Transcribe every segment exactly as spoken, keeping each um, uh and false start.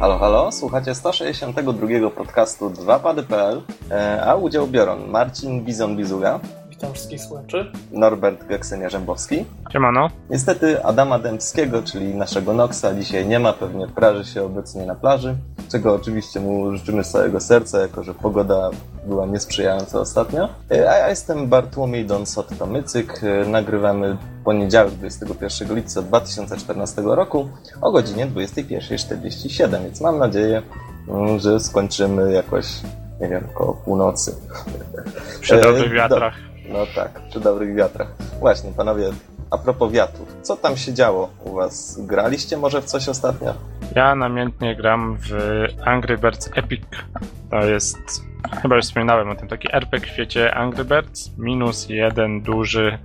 Halo, halo, słuchacie sto sześćdziesiątego drugiego podcastu dwa pady kropka p l, a udział biorą Marcin Bizon-Bizuga. Witam wszystkich słuchaczy. Norbert Geksynia-Rzębowski. Siemano. Niestety Adama Dębskiego, czyli naszego Noxa, dzisiaj nie ma, pewnie praży się obecnie na plaży, czego oczywiście mu życzymy z całego serca, jako że pogoda była niesprzyjająca ostatnio. A ja jestem Bartłomiej Don Sotto-Mycyk, nagrywamy poniedziałek dwudziestego pierwszego lipca dwa tysiące czternastego roku o godzinie dwudziestej pierwszej czterdzieści siedem, więc mam nadzieję, że skończymy jakoś, nie wiem, koło północy. Przy dobrych wiatrach. No tak, przy dobrych wiatrach. Właśnie, panowie, a propos wiatrów, co tam się działo u was? Graliście może w coś ostatnio? Ja namiętnie gram w Angry Birds Epic. To jest, chyba już wspominałem o tym, taki er pe gie w świecie Angry Birds, minus jeden duży,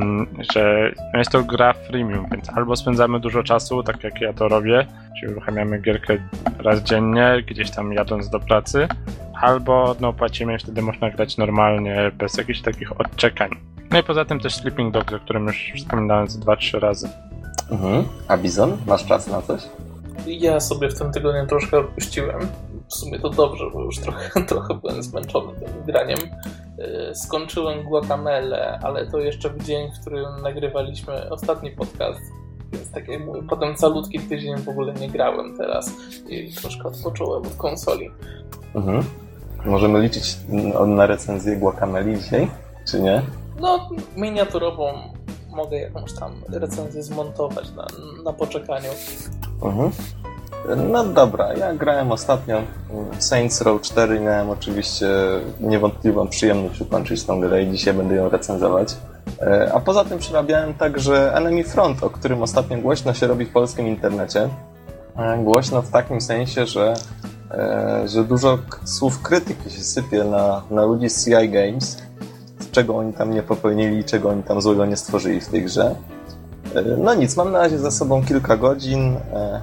że jest to gra freemium, więc albo spędzamy dużo czasu, tak jak ja to robię, czyli uruchamiamy gierkę raz dziennie, gdzieś tam jadąc do pracy, albo no płacimy i wtedy można grać normalnie, bez jakichś takich odczekań. No i poza tym też Sleeping Dogs, o którym już wspominałem z dwa trzy razy. Mhm. A Bizon, masz czas na coś? Ja sobie w tym tygodniu troszkę odpuściłem. W sumie to dobrze, bo już trochę, trochę byłem zmęczony tym graniem. Skończyłem Guacamele, ale to jeszcze w dzień, w którym nagrywaliśmy ostatni podcast. Więc tak jak mówię, potem calutki tydzień w ogóle nie grałem teraz i troszkę odpocząłem od konsoli. Mhm. Możemy liczyć na recenzję Guacameli dzisiaj, czy nie? No, miniaturową mogę jakąś tam recenzję zmontować na, na poczekaniu. Mhm. No dobra, ja grałem ostatnio w Saints Row cztery i miałem oczywiście niewątpliwą przyjemność ukończyć tą grę i dzisiaj będę ją recenzować. A poza tym przerabiałem także Enemy Front, o którym ostatnio głośno się robi w polskim internecie. Głośno w takim sensie, że, że dużo słów krytyki się sypie na, na ludzi z C I Games, czego oni tam nie popełnili i czego oni tam złego nie stworzyli w tej grze. No nic, mam na razie za sobą kilka godzin.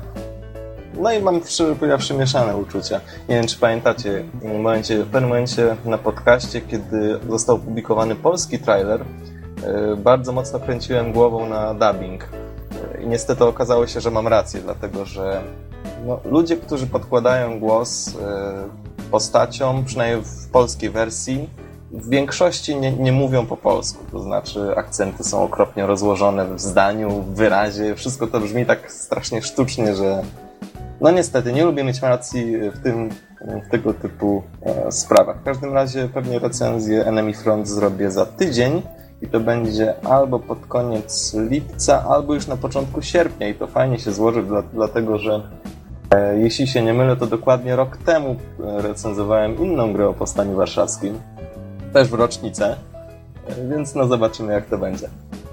No i mam powiedziawszy mieszane uczucia. Nie wiem, czy pamiętacie, w, momencie, w pewnym momencie na podcaście, kiedy został opublikowany polski trailer, bardzo mocno kręciłem głową na dubbing. I niestety okazało się, że mam rację, dlatego że no, ludzie, którzy podkładają głos postaciom, przynajmniej w polskiej wersji, w większości nie, nie mówią po polsku, to znaczy akcenty są okropnie rozłożone w zdaniu, w wyrazie, wszystko to brzmi tak strasznie sztucznie, że no niestety nie lubię mieć racji w tym, w tego typu e, sprawach. W każdym razie pewnie recenzję Enemy Front zrobię za tydzień i to będzie albo pod koniec lipca, albo już na początku sierpnia i to fajnie się złoży, dla, dlatego że e, jeśli się nie mylę, to dokładnie rok temu recenzowałem inną grę o Powstaniu Warszawskim, też w rocznicę, więc no zobaczymy, jak to będzie.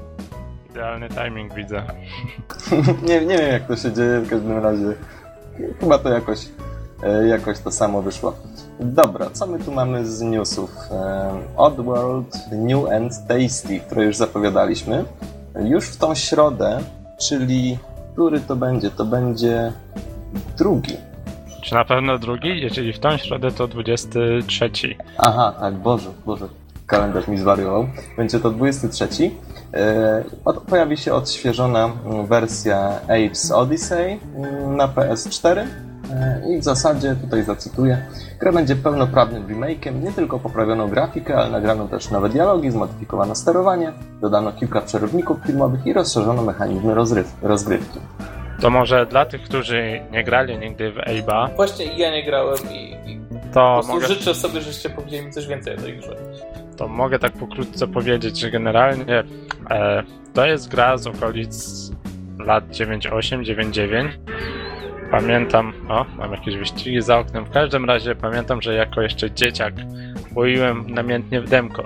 Idealny timing widzę. nie, nie wiem, jak to się dzieje, w każdym razie chyba to jakoś, jakoś to samo wyszło. Dobra, co my tu mamy z newsów? Oddworld New and Tasty, które już zapowiadaliśmy. Już w tą środę, czyli który to będzie? To będzie drugi. Czy na pewno drugi? Jeżeli w tą środę, to dwudziesty trzeci. Aha, tak, Boże, Boże, kalendarz mi zwariował. Będzie to dwudziesty trzeci. Pojawi się odświeżona wersja Apes Odyssey na P S cztery i w zasadzie, tutaj zacytuję, gra będzie pełnoprawnym remake'iem, nie tylko poprawioną grafikę, ale nagrano też nowe dialogi, zmodyfikowano sterowanie, dodano kilka przerywników filmowych i rozszerzono mechanizmy rozryw- rozgrywki. To może dla tych, którzy nie grali nigdy w Abe'a... Właśnie ja nie grałem i, i to po prostu mogę... życzę sobie, żeście powiedzieli mi coś więcej o tej grze. To mogę tak pokrótce powiedzieć, że generalnie e, to jest gra z okolic lat dziewięćdziesiąt osiem dziewięćdziesiąt dziewięć. Pamiętam, o, mam jakieś wyścigi za oknem. W każdym razie pamiętam, że jako jeszcze dzieciak boiłem namiętnie w demko.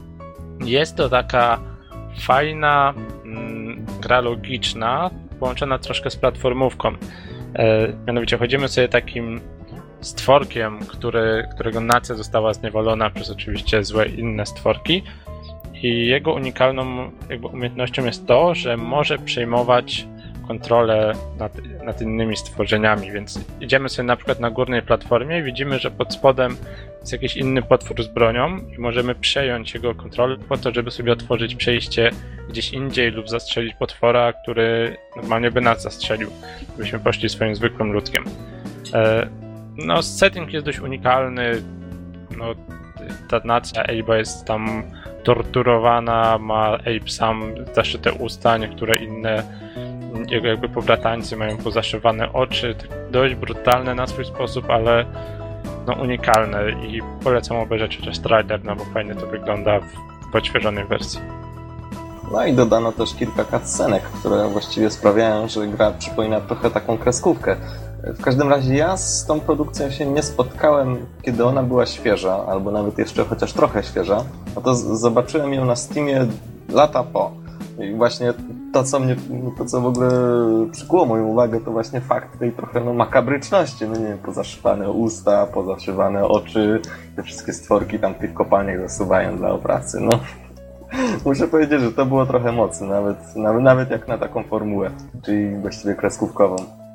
Jest to taka fajna mm, gra logiczna, połączona troszkę z platformówką. E, mianowicie chodzimy sobie takim stworkiem, który, którego nacja została zniewolona przez oczywiście złe inne stworki i jego unikalną jakby umiejętnością jest to, że może przejmować kontrolę nad, nad innymi stworzeniami, więc idziemy sobie na przykład na górnej platformie i widzimy, że pod spodem jest jakiś inny potwór z bronią i możemy przejąć jego kontrolę po to, żeby sobie otworzyć przejście gdzieś indziej lub zastrzelić potwora, który normalnie by nas zastrzelił, gdybyśmy poszli swoim zwykłym ludkiem. No, setting jest dość unikalny. No, ta nacja Abe'a jest tam torturowana, ma Abe sam zaszyte usta, niektóre inne jego jakby pobratańcy mają pozaszywane oczy. Dość brutalne na swój sposób, ale no unikalne i polecam obejrzeć chociaż trailer, no bo fajnie to wygląda w podświeżonej wersji. No i dodano też kilka cutscenek, które właściwie sprawiają, że gra przypomina trochę taką kreskówkę. W każdym razie ja z tą produkcją się nie spotkałem, kiedy ona była świeża, albo nawet jeszcze chociaż trochę świeża. No to z- zobaczyłem ją na Steamie lata po. I właśnie to, co mnie, to, co w ogóle przykuło moją uwagę, to właśnie fakt tej trochę no, makabryczności. No nie wiem, pozaszywane usta, pozaszywane oczy, te wszystkie stworki tam w tych kopalniach zasuwają dla opracy. No, muszę powiedzieć, że to było trochę mocne, nawet, nawet, nawet jak na taką formułę, czyli właściwie kreskówkową.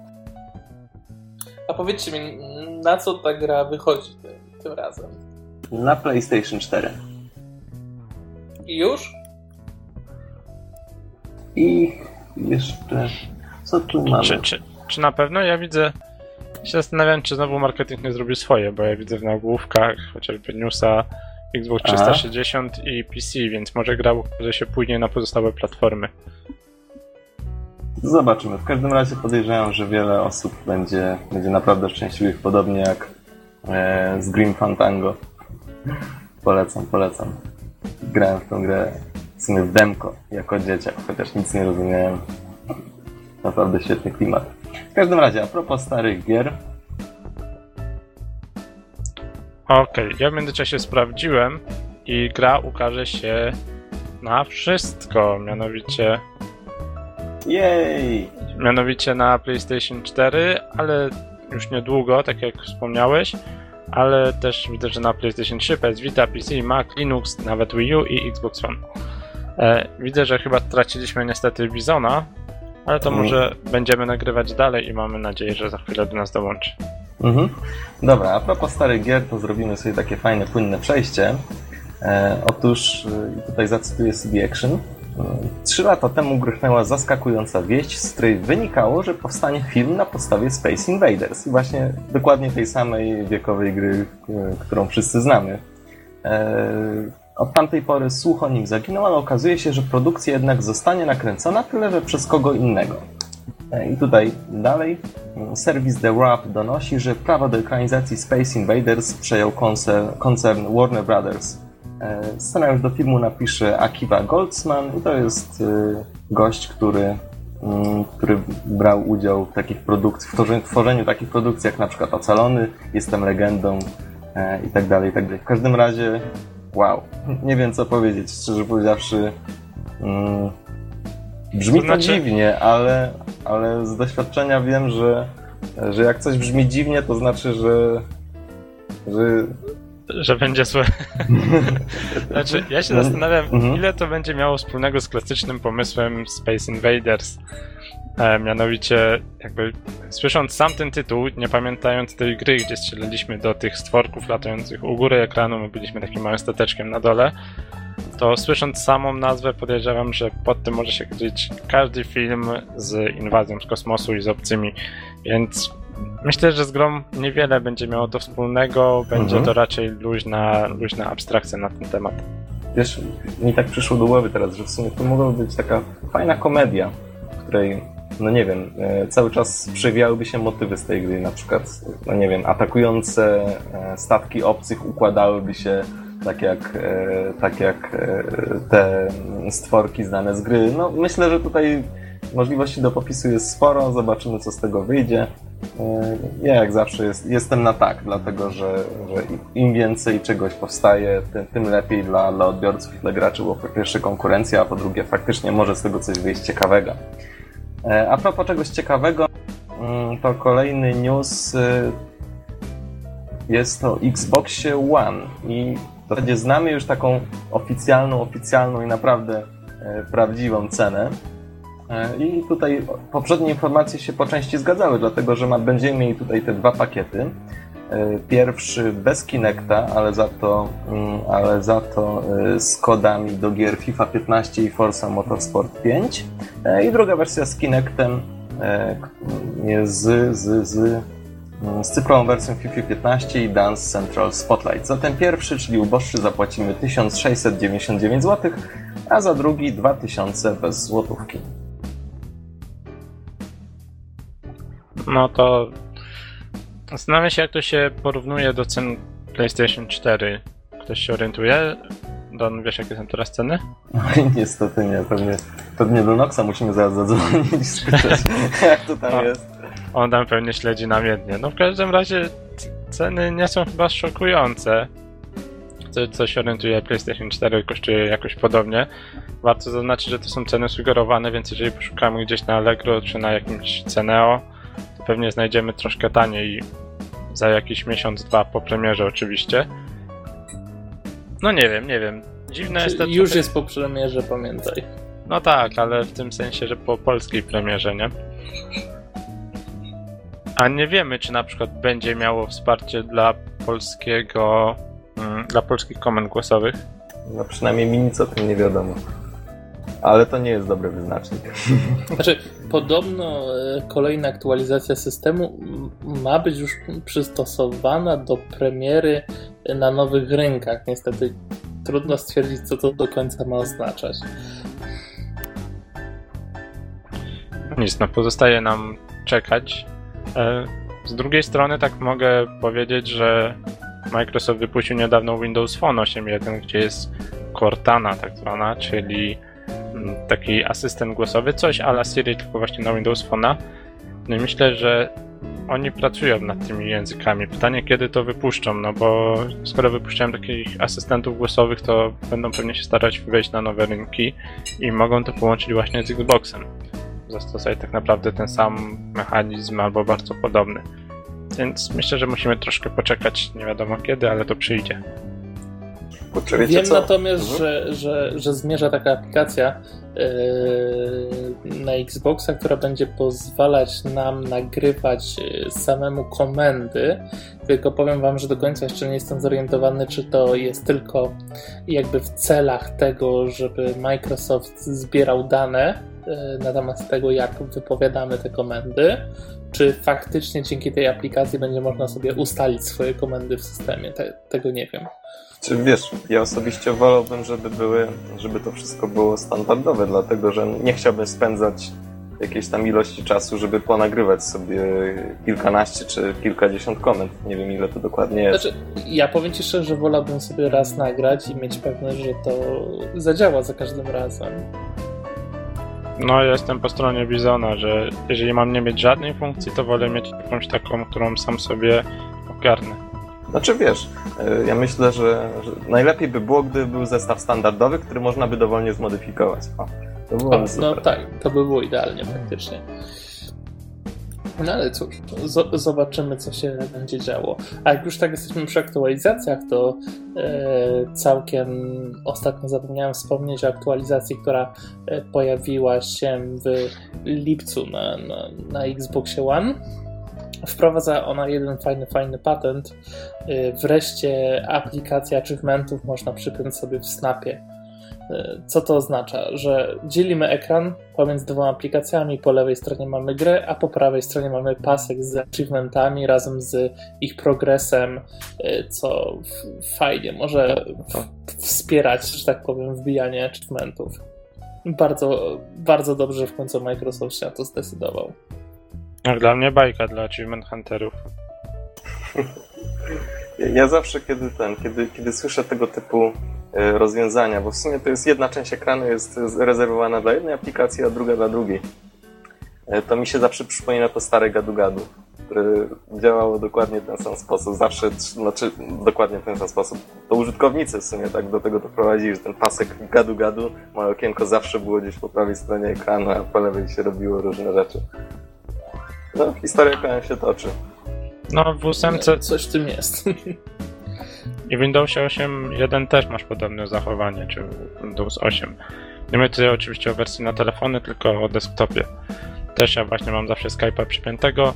A powiedzcie mi, na co ta gra wychodzi tym, tym razem? Na PlayStation cztery. I już? I jeszcze... Co tu mamy? Czy, czy, czy na pewno? Ja widzę... się zastanawiam, czy znowu marketing nie zrobi swoje, bo ja widzę w nagłówkach chociażby newsa Xbox trzysta sześćdziesiąt Aha. i P C, więc może gra ukaże się później na pozostałe platformy. Zobaczymy. W każdym razie podejrzewam, że wiele osób będzie, będzie naprawdę szczęśliwych, podobnie jak e, z Grim Fandango. Polecam, polecam. Grałem w tą grę w sumie w demko, jako dzieciak, chociaż nic nie rozumiałem. Naprawdę świetny klimat. W każdym razie, a propos starych gier. Okej, okay, ja w międzyczasie sprawdziłem i gra ukaże się na wszystko, mianowicie... Jej! Mianowicie na PlayStation cztery, ale już niedługo, tak jak wspomniałeś, ale też widzę, że na PlayStation trzy, P S Vita, P C, Mac, Linux, nawet Wii U i Xbox One. E, widzę, że chyba straciliśmy niestety Bizona, ale to mm. może będziemy nagrywać dalej i mamy nadzieję, że za chwilę do nas dołączy. Mhm. Dobra, a propos starych gier, to zrobimy sobie takie fajne, płynne przejście. E, otóż, e, tutaj zacytuję C D Action. Trzy lata temu grychnęła zaskakująca wieść, z której wynikało, że powstanie film na podstawie Space Invaders. I właśnie dokładnie tej samej wiekowej gry, którą wszyscy znamy. Od tamtej pory słuch o nim zaginął, ale okazuje się, że produkcja jednak zostanie nakręcona, tyle że przez kogo innego. I tutaj dalej serwis The Wrap donosi, że prawa do ekranizacji Space Invaders przejął koncern, koncern Warner Brothers. Scenariusz do filmu napisze Akiva Goldsman i to jest gość, który, który brał udział w takich produkcjach, w tworzeniu, w tworzeniu takich produkcji jak na przykład Ocalony, Jestem legendą i tak dalej, i tak dalej. W każdym razie, wow, nie wiem co powiedzieć, szczerze powiedziawszy. Brzmi to, znaczy... to dziwnie, ale, ale z doświadczenia wiem, że, że jak coś brzmi dziwnie, to znaczy, że że Że będzie złe. Znaczy, ja się zastanawiam, ile to będzie miało wspólnego z klasycznym pomysłem Space Invaders. E, mianowicie, jakby słysząc sam ten tytuł, nie pamiętając tej gry, gdzie strzelaliśmy do tych stworków latających u góry ekranu, my byliśmy takim małym stateczkiem na dole, to słysząc samą nazwę podejrzewam, że pod tym może się kryć każdy film z inwazją z kosmosu i z obcymi, więc myślę, że z grą niewiele będzie miało to wspólnego, będzie mhm. to raczej luźna, luźna abstrakcja na ten temat. Wiesz, mi tak przyszło do głowy teraz, że w sumie to mogłaby być taka fajna komedia, w której, no nie wiem, cały czas przewijałyby się motywy z tej gry, na przykład, no nie wiem, atakujące statki obcych układałyby się tak jak, tak jak te stworki znane z gry. No myślę, że tutaj możliwości do popisu jest sporo, zobaczymy co z tego wyjdzie. Ja jak zawsze jest, jestem na tak, dlatego że, że im więcej czegoś powstaje, tym, tym lepiej dla, dla odbiorców i dla graczy, bo po pierwsze konkurencja, a po drugie faktycznie może z tego coś wyjść ciekawego. A propos czegoś ciekawego, to kolejny news jest o Xboxie One i w zasadzie znamy już taką oficjalną, oficjalną i naprawdę prawdziwą cenę. I tutaj poprzednie informacje się po części zgadzały, dlatego że ma, będziemy mieli tutaj te dwa pakiety. Pierwszy bez Kinecta, ale za to, ale za to z kodami do gier FIFA piętnaście i Forza Motorsport pięć. I druga wersja z Kinectem z, z, z z cyfrową wersją FIFA piętnaście i Dance Central Spotlight. Za ten pierwszy, czyli uboższy, zapłacimy tysiąc sześćset dziewięćdziesiąt dziewięć złotych, a za drugi dwa tysiące bez złotówki. No to zastanawiam się, jak to się porównuje do cen PlayStation cztery. Ktoś się orientuje? Don, wiesz, jakie są teraz ceny? Oj, niestety nie, pewnie, pewnie do Noxa musimy zaraz zadzwonić i spytać, jak to tam no, jest. On tam pewnie śledzi namiętnie. No w każdym razie ceny nie są chyba szokujące. Co, co się orientuje, PlayStation cztery kosztuje jakoś podobnie. Warto zaznaczyć, że to są ceny sugerowane, więc jeżeli poszukamy gdzieś na Allegro czy na jakimś Ceneo, to pewnie znajdziemy troszkę taniej za jakiś miesiąc, dwa po premierze oczywiście. No nie wiem, nie wiem. Dziwne jest to. Już trochę... jest po premierze, pamiętaj. No tak, ale w tym sensie, że po polskiej premierze, nie? A nie wiemy, czy na przykład będzie miało wsparcie dla polskiego, mm, dla polskich komend głosowych. No przynajmniej mi nic o tym nie wiadomo. Ale to nie jest dobry wyznacznik. Znaczy, podobno kolejna aktualizacja systemu ma być już przystosowana do premiery na nowych rynkach. Niestety trudno stwierdzić, co to do końca ma oznaczać. Nic, no pozostaje nam czekać. Z drugiej strony tak mogę powiedzieć, że Microsoft wypuścił niedawno Windows Phone osiem jeden, gdzie jest Cortana tak zwana, czyli taki asystent głosowy, coś a la Siri, tylko właśnie na Windows Phone'a. No i myślę, że oni pracują nad tymi językami. Pytanie, kiedy to wypuszczą, no bo skoro wypuszczają takich asystentów głosowych, to będą pewnie się starać wejść na nowe rynki i mogą to połączyć właśnie z Xboxem. Zastosować tak naprawdę ten sam mechanizm albo bardzo podobny. Więc myślę, że musimy troszkę poczekać, nie wiadomo kiedy, ale to przyjdzie. Kurczę, Wiem co? natomiast, mhm. że, że, że zmierza taka aplikacja yy, na Xboxa, która będzie pozwalać nam nagrywać samemu komendy. Tylko powiem wam, że do końca jeszcze nie jestem zorientowany, czy to jest tylko jakby w celach tego, żeby Microsoft zbierał dane yy, na temat tego, jak wypowiadamy te komendy, czy faktycznie dzięki tej aplikacji będzie można sobie ustalić swoje komendy w systemie. Te, tego nie wiem. Czy wiesz, ja osobiście wolałbym, żeby były, żeby to wszystko było standardowe, dlatego że nie chciałbym spędzać jakiejś tam ilości czasu, żeby ponagrywać sobie kilkanaście czy kilkadziesiąt komend. Nie wiem, ile to dokładnie jest. Znaczy, ja powiem ci szczerze, że wolałbym sobie raz nagrać i mieć pewność, że to zadziała za każdym razem. No, ja jestem po stronie Bizona, że jeżeli mam nie mieć żadnej funkcji, to wolę mieć jakąś taką, którą sam sobie ogarnę. Znaczy wiesz, ja myślę, że, że najlepiej by było, gdyby był zestaw standardowy, który można by dowolnie zmodyfikować. O, to było o, no tak, to by było idealnie faktycznie. No ale cóż, z- zobaczymy, co się będzie działo. A jak już tak jesteśmy przy aktualizacjach, to e, całkiem ostatnio zapomniałem wspomnieć o aktualizacji, która e, pojawiła się w lipcu na, na, na Xboxie One. Wprowadza ona jeden fajny, fajny patent. Wreszcie aplikację achievementów można przypiąć sobie w Snapie. Co to oznacza? Że dzielimy ekran pomiędzy dwoma aplikacjami. Po lewej stronie mamy grę, a po prawej stronie mamy pasek z achievementami razem z ich progresem, co fajnie może wspierać, że tak powiem, wbijanie achievementów. Bardzo, bardzo dobrze w końcu Microsoft się na to zdecydował. Jak dla mnie bajka dla Achievement Hunterów. Ja, ja zawsze, kiedy ten, kiedy, kiedy słyszę tego typu e, rozwiązania, bo w sumie to jest jedna część ekranu jest rezerwowana dla jednej aplikacji, a druga dla drugiej, e, to mi się zawsze przypomina to stare gadu-gadu, które działało dokładnie w ten sam sposób. Zawsze, znaczy dokładnie w ten sam sposób. To użytkownicy w sumie tak do tego doprowadzili, że ten pasek gadu-gadu, małe okienko zawsze było gdzieś po prawej stronie ekranu, a po lewej się robiło różne rzeczy. No, historia kołem się toczy. No, w ósemce... Coś w tym jest. I w Windowsie osiem jeden też masz podobne zachowanie, czy Windows osiem. Nie mówię tutaj oczywiście o wersji na telefony, tylko o desktopie. Też ja właśnie mam zawsze Skype'a przypiętego.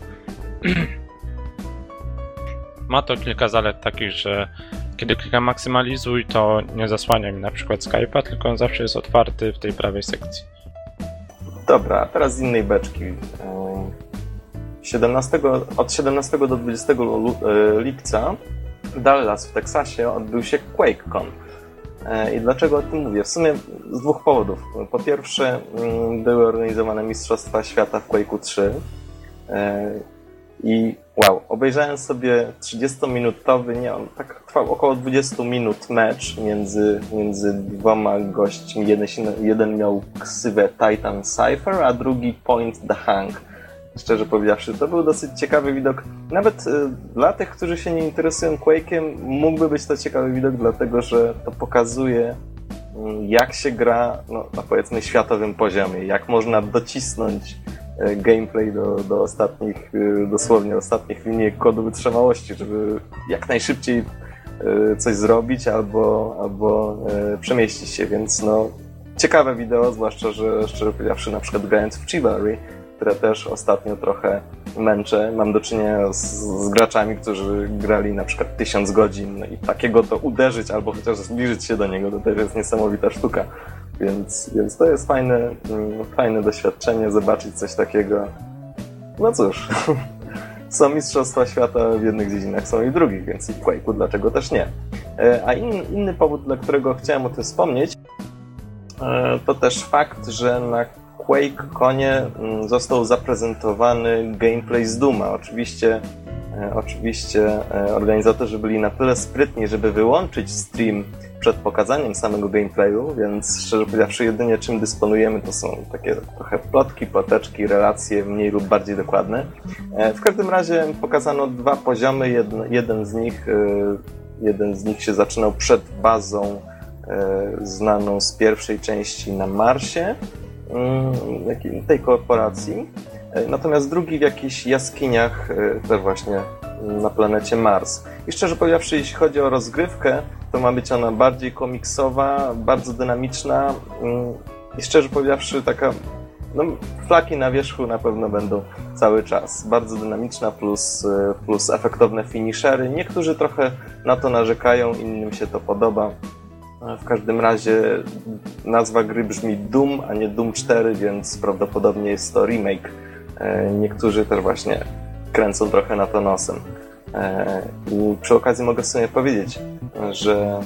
Ma to kilka zalet takich, że kiedy klikam maksymalizuj, to nie zasłania mi na przykład Skype'a, tylko on zawsze jest otwarty w tej prawej sekcji. Dobra, a teraz z innej beczki. siedemnastego, od siedemnastego do dwudziestego lipca w Dallas w Teksasie odbył się QuakeCon. I dlaczego o tym mówię? W sumie z dwóch powodów. Po pierwsze, były organizowane Mistrzostwa Świata w Quake'u trzy i wow, obejrzałem sobie trzydziestominutowy, nie on tak trwał około dwadzieścia minut mecz między, między dwoma gośćmi. Jeden, jeden miał ksywę Titan Cypher, a drugi Point the Hang. Szczerze powiedziawszy, to był dosyć ciekawy widok. Nawet y, dla tych, którzy się nie interesują Quake'iem, mógłby być to ciekawy widok, dlatego że to pokazuje, y, jak się gra no, na powiedzmy światowym poziomie, jak można docisnąć y, gameplay do, do ostatnich, y, dosłownie ostatnich linii kodu wytrzymałości, żeby jak najszybciej y, coś zrobić albo, albo y, przemieścić się, więc no ciekawe wideo, zwłaszcza, że szczerze powiedziawszy, na przykład grając w Chivalry, które też ostatnio trochę męczę. Mam do czynienia z, z graczami, którzy grali na przykład tysiąc godzin i takiego to uderzyć albo chociaż zbliżyć się do niego, to też jest niesamowita sztuka. Więc, więc to jest fajne, fajne doświadczenie, zobaczyć coś takiego. No cóż, są mistrzostwa świata w jednych dziedzinach, są i w drugich, więc i w Quake'u dlaczego też nie. A in, inny powód, dla którego chciałem o tym wspomnieć, to też fakt, że na QuakeConie został zaprezentowany gameplay z Dooma. Oczywiście, oczywiście organizatorzy byli na tyle sprytni, żeby wyłączyć stream przed pokazaniem samego gameplayu, więc szczerze powiedziawszy, jedynie czym dysponujemy to są takie trochę plotki, ploteczki, relacje mniej lub bardziej dokładne. W każdym razie pokazano dwa poziomy, jeden, jeden z nich, jeden z nich się zaczynał przed bazą znaną z pierwszej części na Marsie, tej korporacji, natomiast drugi w jakichś jaskiniach też właśnie na planecie Mars. I szczerze powiedziawszy, jeśli chodzi o rozgrywkę, to ma być ona bardziej komiksowa, bardzo dynamiczna i szczerze powiedziawszy taka, no flaki na wierzchu na pewno będą cały czas. Bardzo dynamiczna plus, plus efektowne finishery. Niektórzy trochę na to narzekają, innym się to podoba. W każdym razie nazwa gry brzmi Doom, a nie Doom cztery, więc prawdopodobnie jest to remake. Niektórzy też właśnie kręcą trochę na to nosem. I przy okazji mogę sobie powiedzieć, że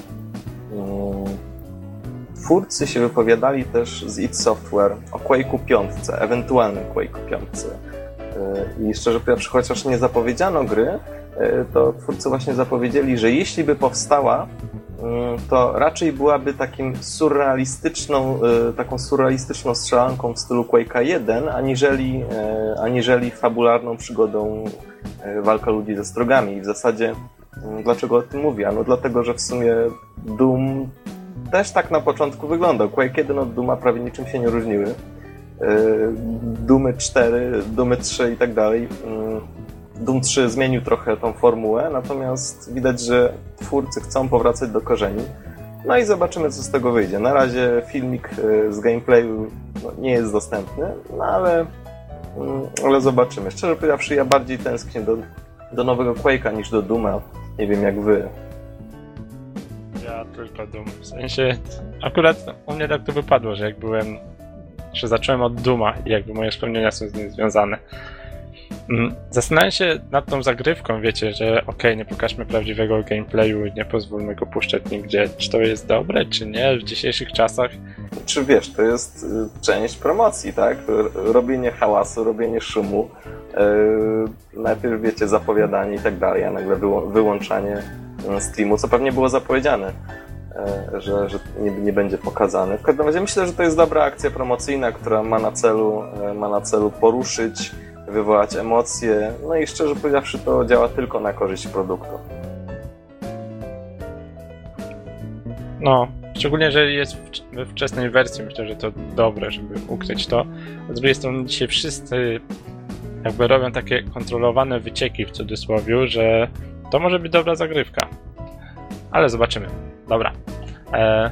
twórcy się wypowiadali też z id Software o Quake'u pięć, ewentualnym Quake'u pięć. I szczerze powiedziawszy, chociaż nie zapowiedziano gry, to twórcy właśnie zapowiedzieli, że jeśli by powstała, to raczej byłaby takim surrealistyczną, taką surrealistyczną strzelanką w stylu Quake'a jeden, aniżeli, aniżeli fabularną przygodą walka ludzi ze strogami. I w zasadzie dlaczego o tym mówię? No dlatego, że w sumie Doom też tak na początku wyglądał. Quake jeden od Dooma prawie niczym się nie różniły. Doomy cztery, Doomy trzy i tak dalej. Doom trzy zmienił trochę tą formułę, natomiast widać, że twórcy chcą powracać do korzeni. No i zobaczymy, co z tego wyjdzie. Na razie filmik z gameplayu no, nie jest dostępny, no ale, ale zobaczymy. Szczerze powiedziawszy, ja bardziej tęsknię do, do nowego Quake'a niż do Dooma. Nie wiem jak wy. Ja tylko Doom. W sensie, akurat u mnie tak to wypadło, że jak byłem, że zacząłem od Dooma i jakby moje wspomnienia są z nim związane. Zastanawiam się nad tą zagrywką, wiecie, że okej, okay, nie pokażmy prawdziwego gameplayu, nie pozwólmy go puszczać nigdzie. Czy to jest dobre, czy nie w dzisiejszych czasach? Czy wiesz, to jest część promocji, tak? Robienie hałasu, robienie szumu, yy, najpierw wiecie, zapowiadanie i tak dalej, a nagle wyło- wyłączanie streamu, co pewnie było zapowiedziane, yy, że, że nie, nie będzie pokazane. W każdym razie myślę, że to jest dobra akcja promocyjna, która ma na celu, yy, ma na celu poruszyć, wywołać emocje, no i szczerze powiedziawszy to działa tylko na korzyść produktu. No, szczególnie jeżeli jest we wczesnej wersji, myślę, że to dobre, żeby ukryć to. Z drugiej strony dzisiaj wszyscy jakby robią takie kontrolowane wycieki w cudzysłowie, że to może być dobra zagrywka. Ale zobaczymy. Dobra. Eee,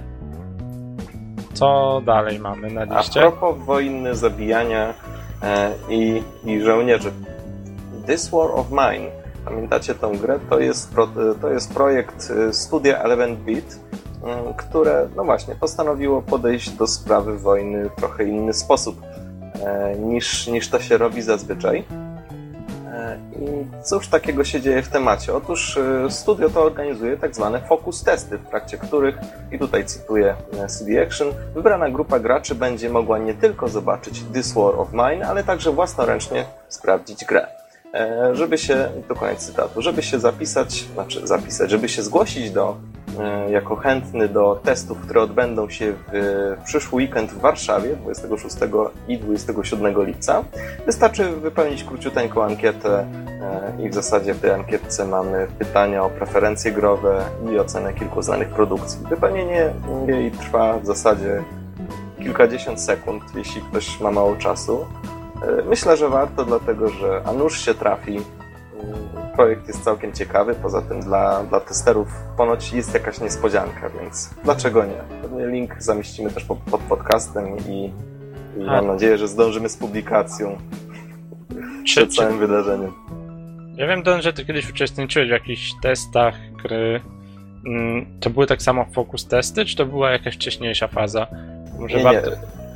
co dalej mamy na liście? A propos wojny, zabijania e, i, i żołnierzy. This War of Mine. Pamiętacie tę grę? To jest, pro, to jest projekt studia eleven bit, które, no właśnie, postanowiło podejść do sprawy wojny w trochę inny sposób e, niż, niż to się robi zazwyczaj. I cóż takiego się dzieje w temacie? Otóż studio to organizuje tak zwane focus testy, w trakcie których, i tutaj cytuję C D Action, wybrana grupa graczy będzie mogła nie tylko zobaczyć This War of Mine, ale także własnoręcznie sprawdzić grę. Żeby się, to koniec cytatu, żeby się zapisać, znaczy zapisać, żeby się zgłosić do, jako chętny do testów, które odbędą się w przyszły weekend w Warszawie dwudziestego szóstego i dwudziestego siódmego lipca, wystarczy wypełnić króciuteńką ankietę i w zasadzie w tej ankietce mamy pytania o preferencje growe i ocenę kilku znanych produkcji. Wypełnienie jej trwa w zasadzie kilkadziesiąt sekund, jeśli ktoś ma mało czasu. Myślę, że warto, dlatego że a nuż się trafi. Projekt jest całkiem ciekawy, poza tym dla, dla testerów ponoć jest jakaś niespodzianka, więc dlaczego nie? Pewnie link zamieścimy też pod, pod podcastem i, i mam nadzieję, że zdążymy z publikacją przed całym wydarzeniem. Ja wiem, Don, że ty kiedyś uczestniczyłeś w jakichś testach gry. To były tak samo focus testy, czy to była jakaś wcześniejsza faza? Może nie, warto... nie.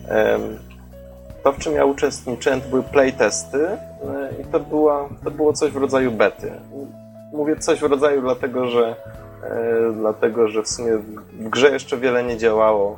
To, w czym ja uczestniczyłem, to były playtesty i to, była, to było coś w rodzaju bety. Mówię coś w rodzaju dlatego, że dlatego, że w sumie w grze jeszcze wiele nie działało.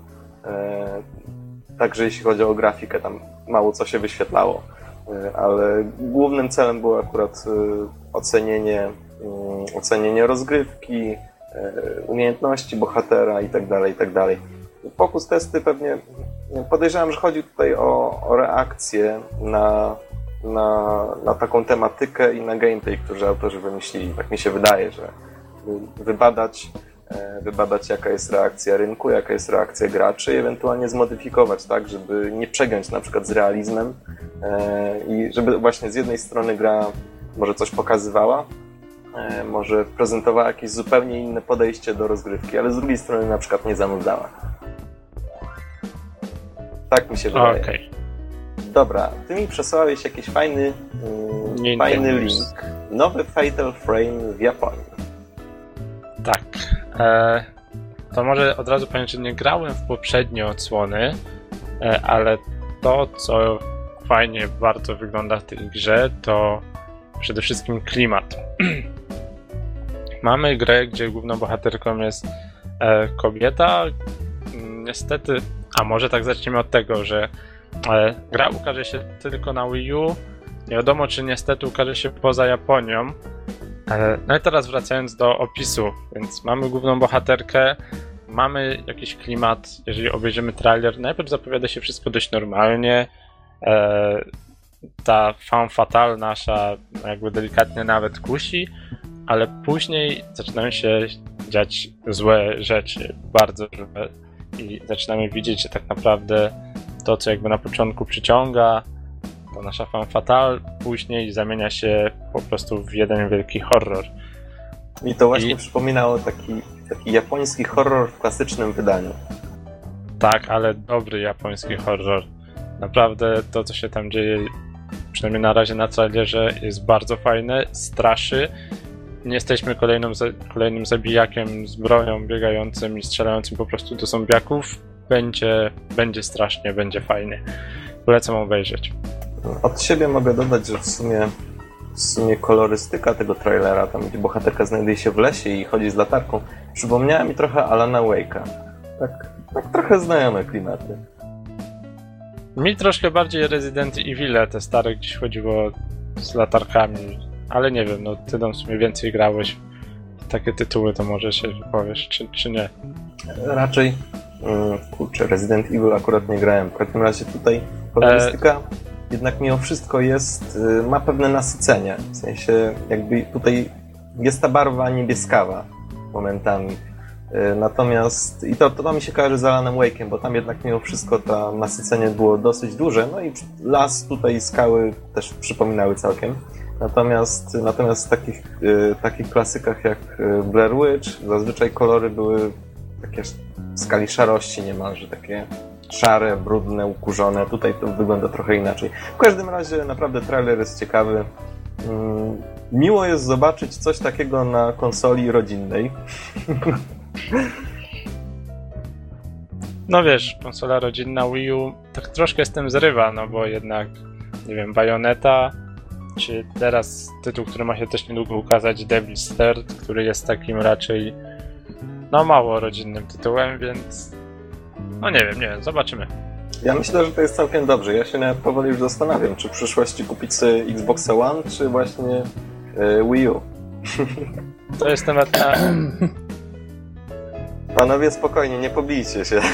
Także jeśli chodzi o grafikę, tam mało co się wyświetlało. Ale głównym celem było akurat ocenienie, ocenienie rozgrywki, umiejętności bohatera itd., itd. Focus testy pewnie, podejrzewam, że chodzi tutaj o, o reakcję na, na, na taką tematykę i na gameplay, który autorzy wymyślili. Tak mi się wydaje, że wybadać, wybadać jaka jest reakcja rynku, jaka jest reakcja graczy i ewentualnie zmodyfikować tak, żeby nie przegiąć na przykład z realizmem i żeby właśnie z jednej strony gra może coś pokazywała, może prezentowała jakieś zupełnie inne podejście do rozgrywki, ale z drugiej strony na przykład nie zanudzała. Tak mi się wydaje. Okay. Dobra, ty mi przesłałeś jakiś fajny, mm, fajny link. Nowy Fatal Frame w Japonii. Tak. E, to może od razu powiem, że nie grałem w poprzednie odsłony, e, ale to, co fajnie bardzo wygląda w tej grze, to przede wszystkim klimat. Mamy grę, gdzie główną bohaterką jest e, kobieta. Niestety, a może tak zaczniemy od tego, że e, gra ukaże się tylko na Wii U. Nie wiadomo, czy niestety ukaże się poza Japonią. E, no i teraz wracając do opisu, więc mamy główną bohaterkę, mamy jakiś klimat, jeżeli obejrzymy trailer, najpierw zapowiada się wszystko dość normalnie. E, ta femme fatale nasza jakby delikatnie nawet kusi, ale później zaczynają się dziać złe rzeczy, bardzo złe. I zaczynamy widzieć, że tak naprawdę to, co jakby na początku przyciąga, to nasza femme fatale, później zamienia się po prostu w jeden wielki horror. Mi to właśnie I... przypominało taki, taki japoński horror w klasycznym wydaniu. Tak, ale dobry japoński horror. Naprawdę to, co się tam dzieje, przynajmniej na razie na trailerze, jest bardzo fajne, straszy. Nie jesteśmy kolejną, kolejnym zabijakiem z bronią biegającym i strzelającym po prostu do zombiaków. Będzie, będzie strasznie, będzie fajnie. Polecam obejrzeć. Od siebie mogę dodać, że w sumie, w sumie kolorystyka tego trailera, tam gdzie bohaterka znajduje się w lesie i chodzi z latarką, przypomniała mi trochę Alana Wake'a. Tak, tak trochę znajome klimaty. Mi troszkę bardziej Resident Evil, te stare, gdzieś chodziło z latarkami. Ale nie wiem, no ty tam w sumie więcej grałeś w takie tytuły, to może się wypowiesz, czy, czy nie? Raczej, mm, kurczę, Resident Evil akurat nie grałem. W każdym razie tutaj kolorystyka e... jednak mimo wszystko jest, ma pewne nasycenie. W sensie jakby tutaj jest ta barwa niebieskawa momentami. Natomiast, i to, to mi się kojarzy z Alanem Wake'em, bo tam jednak mimo wszystko to nasycenie było dosyć duże, no i las tutaj, skały też przypominały całkiem. Natomiast, natomiast w takich, y, takich klasykach jak Blair Witch zazwyczaj kolory były takie w skali szarości niemalże, takie szare, brudne, ukurzone. Tutaj to wygląda trochę inaczej. W każdym razie naprawdę trailer jest ciekawy. Mm, miło jest zobaczyć coś takiego na konsoli rodzinnej. No wiesz, konsola rodzinna Wii U tak troszkę z tym zrywa, no bo jednak, nie wiem, Bayonetta czy teraz tytuł, który ma się też niedługo ukazać, Devil's Third, który jest takim raczej no mało rodzinnym tytułem, więc no nie wiem, nie wiem, zobaczymy. Ja myślę, że to jest całkiem dobrze. Ja się nawet powoli już zastanawiam, czy w przyszłości kupić sobie Xbox One, czy właśnie yy, Wii U. To jest temat na... Panowie, spokojnie, nie pobijcie się.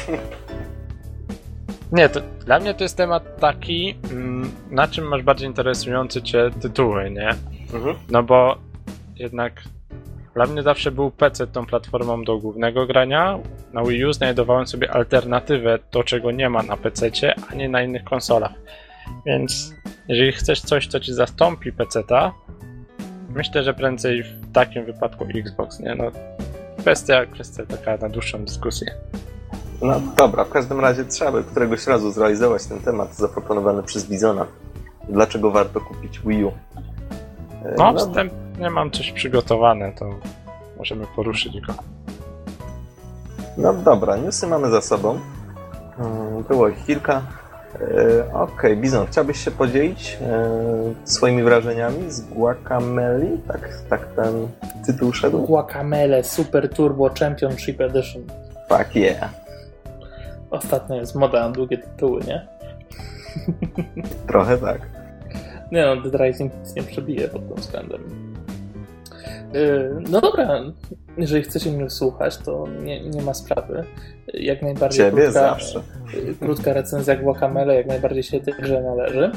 Nie, to dla mnie to jest temat taki, na czym masz bardziej interesujące cię tytuły, nie? Mhm. No bo jednak dla mnie zawsze był P C tą platformą do głównego grania. Na Wii U znajdowałem sobie alternatywę, to czego nie ma na pececie, ani na innych konsolach. Więc jeżeli chcesz coś, co ci zastąpi peceta, myślę, że prędzej w takim wypadku Xbox, nie? No, kwestia, kwestia taka na dłuższą dyskusję. No dobra, w każdym razie trzeba by któregoś razu zrealizować ten temat zaproponowany przez Bizona. Dlaczego warto kupić Wii U? No, no wstępnie mam coś przygotowane, to możemy poruszyć go. No dobra, newsy mamy za sobą. Było ich kilka. Okej, okay, Bizon, chciałbyś się podzielić swoimi wrażeniami z Guacamelee? Tak, tak ten tytuł szedł? Guacamele Super Turbo Championship Edition. Fuck yeah. Ostatnio jest moda na długie tytuły, nie? Trochę tak. Nie no, Dead Rising nic nie przebije pod tym względem. Yy, no dobra, jeżeli chcecie mnie słuchać, to nie, nie ma sprawy. Jak najbardziej Ciebie krótka, zawsze. Krótka recenzja Guacamele jak najbardziej się tej grze należy.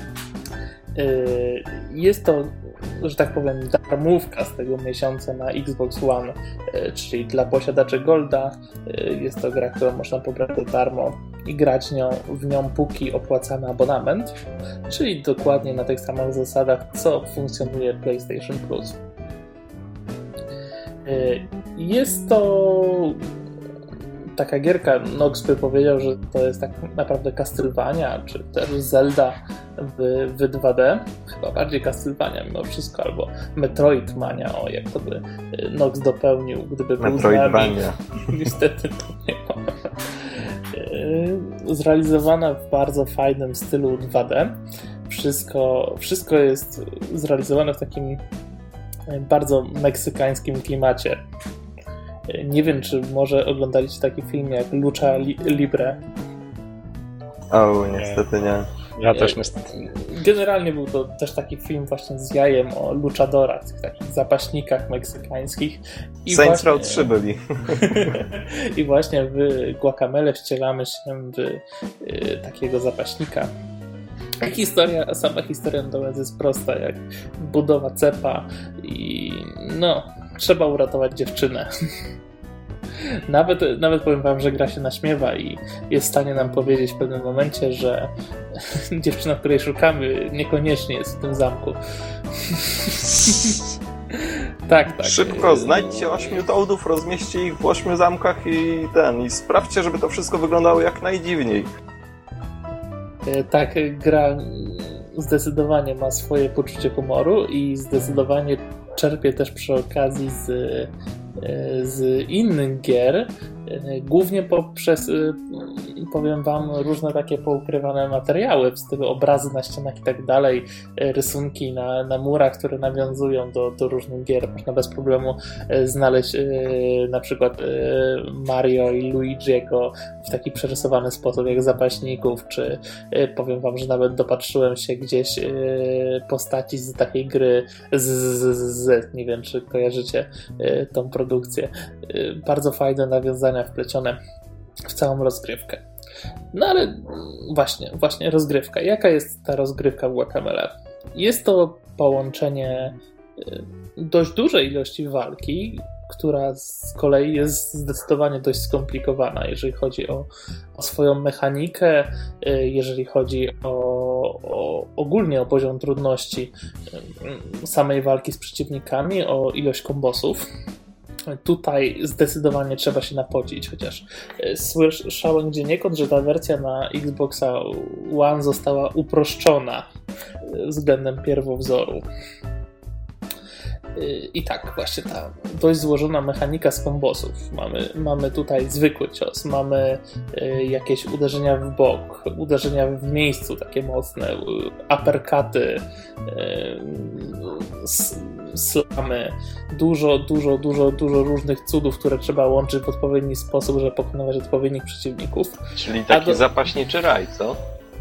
Yy, jest to, że tak powiem, darmówka z tego miesiąca na Xbox One, yy, czyli dla posiadaczy Golda. Yy, jest to gra, którą można pobrać za darmo i grać nią, w nią póki opłacamy abonament, czyli dokładnie na tych samych zasadach, co funkcjonuje PlayStation Plus. Yy, jest to taka gierka, Nox by powiedział, że to jest tak naprawdę Castlevania, czy też Zelda w, w dwa D. Chyba bardziej Castlevania mimo wszystko, albo Metroidvania, o jak to by Nox dopełnił, gdyby był z nami. Niestety to nie ma. Zrealizowana w bardzo fajnym stylu dwa D. Wszystko, wszystko jest zrealizowane w takim bardzo meksykańskim klimacie. Nie wiem, czy może oglądaliście taki film jak Lucha Libre. O, niestety nie. Ja też niestety nie. Generalnie był to też taki film właśnie z jajem o luchadorach, tych takich zapaśnikach meksykańskich. I Saints właśnie... Row trzy byli. I właśnie w Guacamele wcielamy się w y, takiego zapaśnika. Historia, sama historia natomiast jest prosta, jak budowa cepa i no, trzeba uratować dziewczynę. Nawet, nawet powiem wam, że gra się naśmiewa i jest w stanie nam powiedzieć w pewnym momencie, że dziewczyna, której szukamy, niekoniecznie jest w tym zamku. Tak, tak. Szybko, znajdźcie ośmiu toadów, rozmieśćcie ich w ośmiu zamkach i ten, i sprawdźcie, żeby to wszystko wyglądało jak najdziwniej. Tak, gra zdecydowanie ma swoje poczucie humoru i zdecydowanie czerpie też przy okazji z, z innych gier, głównie poprzez, powiem wam, różne takie poukrywane materiały w stylu obrazy na ścianach i tak dalej, rysunki na, na murach, które nawiązują do, do różnych gier. Można bez problemu znaleźć na przykład Mario i Luigi'ego w taki przerysowany sposób jak zapaśników, czy powiem wam, że nawet dopatrzyłem się gdzieś postaci z takiej gry z, z, z, z nie wiem, czy kojarzycie tą produkcję. Bardzo fajne nawiązania wplecione w całą rozgrywkę. No ale właśnie, właśnie rozgrywka. Jaka jest ta rozgrywka w Guacamele? Jest to połączenie dość dużej ilości walki, która z kolei jest zdecydowanie dość skomplikowana, jeżeli chodzi o, o swoją mechanikę, jeżeli chodzi o, o ogólnie o poziom trudności samej walki z przeciwnikami, o ilość kombosów. Tutaj zdecydowanie trzeba się napocić, chociaż słyszałem gdzieniekąd, że ta wersja na Xboxa One została uproszczona względem pierwowzoru. I tak, właśnie ta dość złożona mechanika z kombosów. Mamy, mamy tutaj zwykły cios, mamy jakieś uderzenia w bok, uderzenia w miejscu takie mocne, uppercuty, slamy, dużo, dużo, dużo, dużo różnych cudów, które trzeba łączyć w odpowiedni sposób, żeby pokonywać odpowiednich przeciwników. Czyli taki do... zapaśniczy raj, co?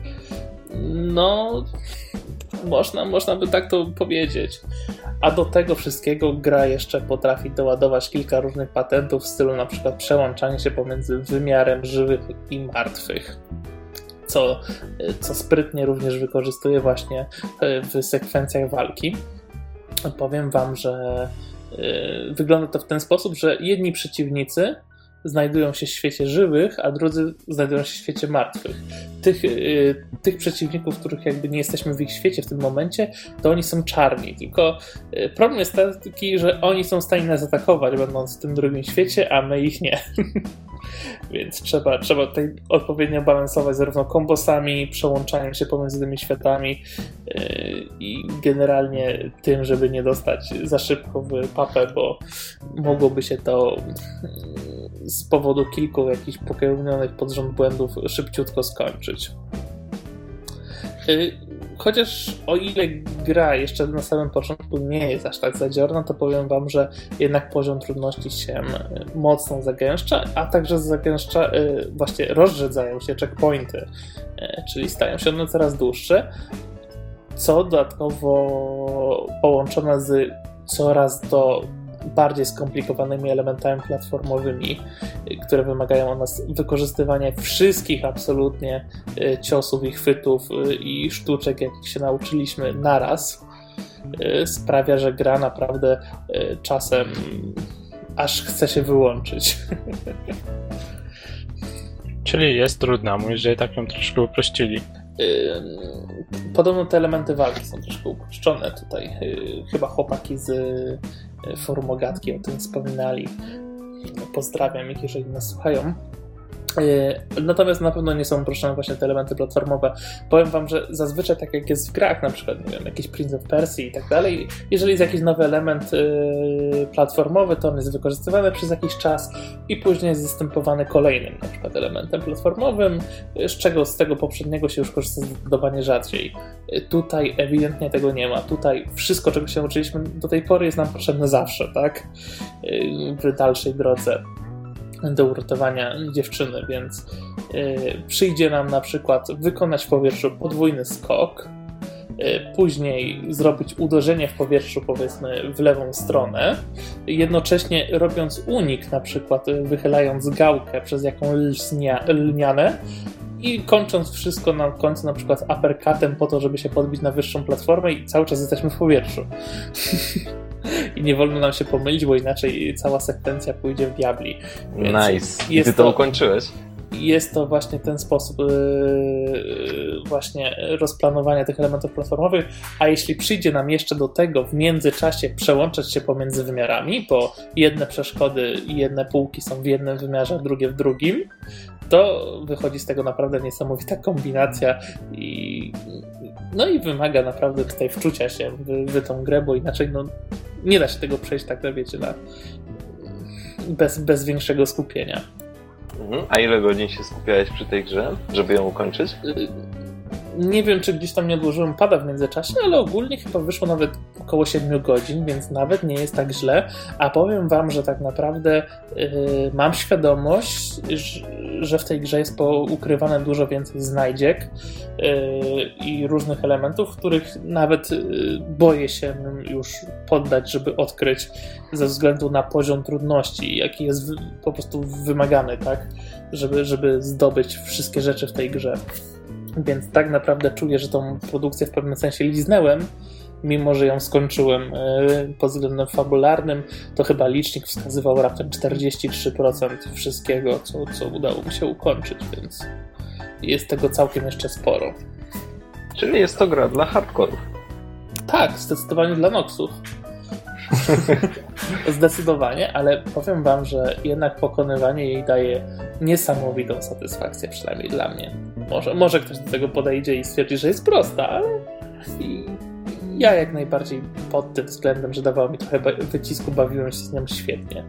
No, można, można by tak to powiedzieć. A do tego wszystkiego gra jeszcze potrafi doładować kilka różnych patentów w stylu na przykład przełączanie się pomiędzy wymiarem żywych i martwych. Co, co sprytnie również wykorzystuje właśnie w sekwencjach walki. Powiem wam, że wygląda to w ten sposób, że jedni przeciwnicy znajdują się w świecie żywych, a drudzy znajdują się w świecie martwych. Tych, yy, tych przeciwników, których jakby nie jesteśmy w ich świecie w tym momencie, to oni są czarni. Tylko yy, problem jest taki, że oni są w stanie nas atakować, będąc w tym drugim świecie, a my ich nie. Więc trzeba, trzeba tutaj odpowiednio balansować zarówno kombosami, przełączaniem się pomiędzy tymi światami yy, i generalnie tym, żeby nie dostać za szybko w papę, bo mogłoby się to yy, z powodu kilku jakichś popełnionych pod rząd błędów szybciutko skończyć. Yy, Chociaż o ile gra jeszcze na samym początku nie jest aż tak zadziorna, to powiem wam, że jednak poziom trudności się mocno zagęszcza, a także zagęszcza, właśnie rozrzedzają się checkpointy, czyli stają się one coraz dłuższe, co dodatkowo połączone z coraz to bardziej skomplikowanymi elementami platformowymi, które wymagają od nas wykorzystywania wszystkich absolutnie ciosów i chwytów i sztuczek, jakich się nauczyliśmy naraz, sprawia, że gra naprawdę czasem aż chce się wyłączyć. Czyli jest trudna, mówisz, że tak ją troszkę uprościli. Podobno te elementy walki są troszkę uproszczone tutaj. Chyba chłopaki z Formogatki o tym wspominali. Pozdrawiam ich, jeżeli nas słuchają. Natomiast na pewno nie są uproszczone właśnie te elementy platformowe. Powiem wam, że zazwyczaj tak jak jest w grach, na przykład nie wiem, jakiś Prince of Persia i tak dalej, jeżeli jest jakiś nowy element yy, platformowy, to on jest wykorzystywany przez jakiś czas i później jest zastępowany kolejnym na przykład elementem platformowym, z czego z tego poprzedniego się już korzysta zdecydowanie rzadziej. Tutaj ewidentnie tego nie ma. Tutaj wszystko, czego się nauczyliśmy do tej pory, jest nam potrzebne zawsze, tak? Yy, w dalszej drodze do uratowania dziewczyny, więc yy, przyjdzie nam na przykład wykonać w powietrzu podwójny skok, yy, później zrobić uderzenie w powietrzu, powiedzmy w lewą stronę, jednocześnie robiąc unik, na przykład wychylając gałkę przez jaką lśnia, lnianę i kończąc wszystko na końcu na przykład uppercutem po to, żeby się podbić na wyższą platformę i cały czas jesteśmy w powietrzu. I nie wolno nam się pomylić, bo inaczej cała sekwencja pójdzie w diabli. Więc nice. I ty to, to ukończyłeś? Jest to właśnie ten sposób yy, właśnie rozplanowania tych elementów platformowych, a jeśli przyjdzie nam jeszcze do tego w międzyczasie przełączać się pomiędzy wymiarami, bo jedne przeszkody i jedne półki są w jednym wymiarze, a drugie w drugim, to wychodzi z tego naprawdę niesamowita kombinacja i no i wymaga naprawdę tutaj wczucia się w, w tą grę, bo inaczej no nie da się tego przejść tak, no wiecie, na, bez, bez większego skupienia. Mhm. A ile godzin się skupiałeś przy tej grze, żeby ją ukończyć? Nie wiem, czy gdzieś tam nie odłożyłem pada w międzyczasie, ale ogólnie chyba wyszło nawet około siedmiu godzin, więc nawet nie jest tak źle. A powiem wam, że tak naprawdę yy, mam świadomość, że w tej grze jest poukrywane dużo więcej znajdziek yy, i różnych elementów, których nawet yy, boję się już poddać, żeby odkryć ze względu na poziom trudności, jaki jest po prostu wymagany, tak, żeby, żeby zdobyć wszystkie rzeczy w tej grze. Więc tak naprawdę czuję, że tą produkcję w pewnym sensie liznęłem, mimo że ją skończyłem yy, pod względem fabularnym, to chyba licznik wskazywał raptem czterdzieści trzy procent wszystkiego, co, co udało mi się ukończyć, więc jest tego całkiem jeszcze sporo. Czyli jest to gra dla hardkorów. Tak, zdecydowanie dla noksów. Zdecydowanie, ale powiem wam, że jednak pokonywanie jej daje niesamowitą satysfakcję, przynajmniej dla mnie. Może, może ktoś do tego podejdzie i stwierdzi, że jest prosta, ale ja jak najbardziej pod tym względem, że dawało mi trochę wycisku, bawiłem się z nią świetnie.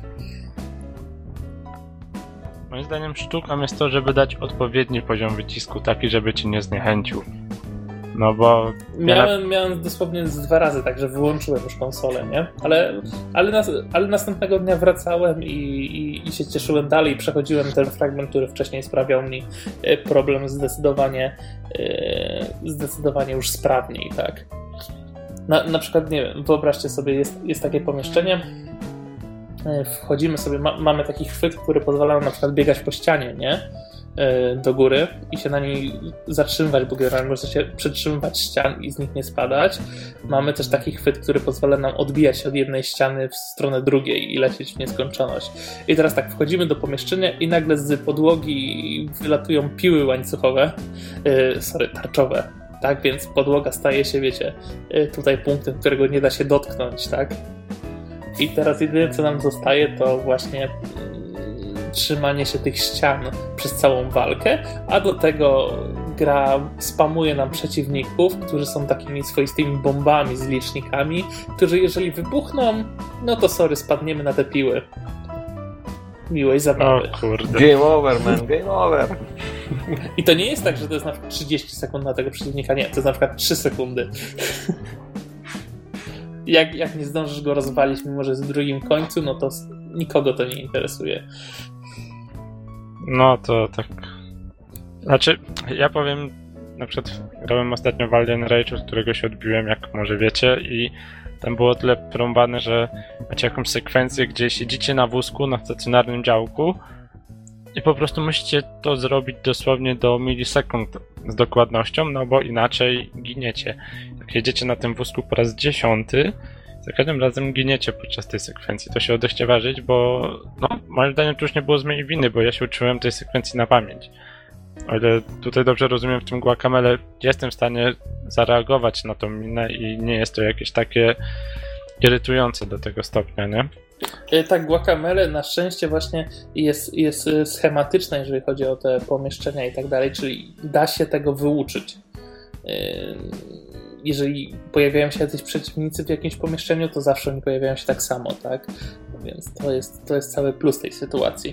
Moim zdaniem sztuką jest to, żeby dać odpowiedni poziom wycisku, taki, żeby ci nie zniechęcił. No bo... Miałem, miałem dosłownie z dwa razy, także wyłączyłem już konsolę, nie? Ale, ale, nas, ale następnego dnia wracałem i, i, i się cieszyłem dalej. Przechodziłem ten fragment, który wcześniej sprawiał mi problem zdecydowanie, zdecydowanie już sprawniej, tak? Na, na przykład, nie wiem, wyobraźcie sobie, jest, jest takie pomieszczenie, wchodzimy sobie, ma, mamy taki chwyt, który pozwala nam na przykład biegać po ścianie, nie? Do góry i się na niej zatrzymywać, bo generalnie można się przytrzymywać ścian i z nich nie spadać. Mamy też taki chwyt, który pozwala nam odbijać się od jednej ściany w stronę drugiej i lecieć w nieskończoność. I teraz tak, wchodzimy do pomieszczenia i nagle z podłogi wylatują piły łańcuchowe, yy, sorry, tarczowe, tak? Więc podłoga staje się, wiecie, yy, tutaj punktem, którego nie da się dotknąć, tak? I teraz jedyne, co nam zostaje, to właśnie trzymanie się tych ścian przez całą walkę, a do tego gra spamuje nam przeciwników, którzy są takimi swoistymi bombami z licznikami, którzy jeżeli wybuchną, no to sorry, spadniemy na te piły. Miłej zabawy. O kurde. Game over, man, game over. I to nie jest tak, że to jest na przykład trzydzieści sekund na tego przeciwnika, nie, to jest na przykład trzy sekundy. Jak, jak nie zdążysz go rozwalić, mimo że jest w drugim końcu, no to nikogo to nie interesuje. No to tak. Znaczy, ja powiem, na przykład grałem ostatnio w Alien Rage, od którego się odbiłem, jak może wiecie, i tam było tyle prąbane, że macie jakąś sekwencję, gdzie siedzicie na wózku na stacjonarnym działku i po prostu musicie to zrobić dosłownie do milisekund z dokładnością, no bo inaczej giniecie. Jak jedziecie na tym wózku po raz dziesiąty, za każdym razem giniecie podczas tej sekwencji. To się odechcie ważyć, bo no, moim zdaniem to już nie było z mojej winy, bo ja się uczyłem tej sekwencji na pamięć. O ile tutaj dobrze rozumiem w tym Guacamele, jestem w stanie zareagować na tą minę i nie jest to jakieś takie irytujące do tego stopnia, nie? Tak, Guacamele na szczęście właśnie jest, jest schematyczne, jeżeli chodzi o te pomieszczenia i tak dalej, czyli da się tego wyuczyć. Jeżeli pojawiają się jacyś przeciwnicy w jakimś pomieszczeniu, to zawsze oni pojawiają się tak samo, tak? Więc to jest, to jest cały plus tej sytuacji.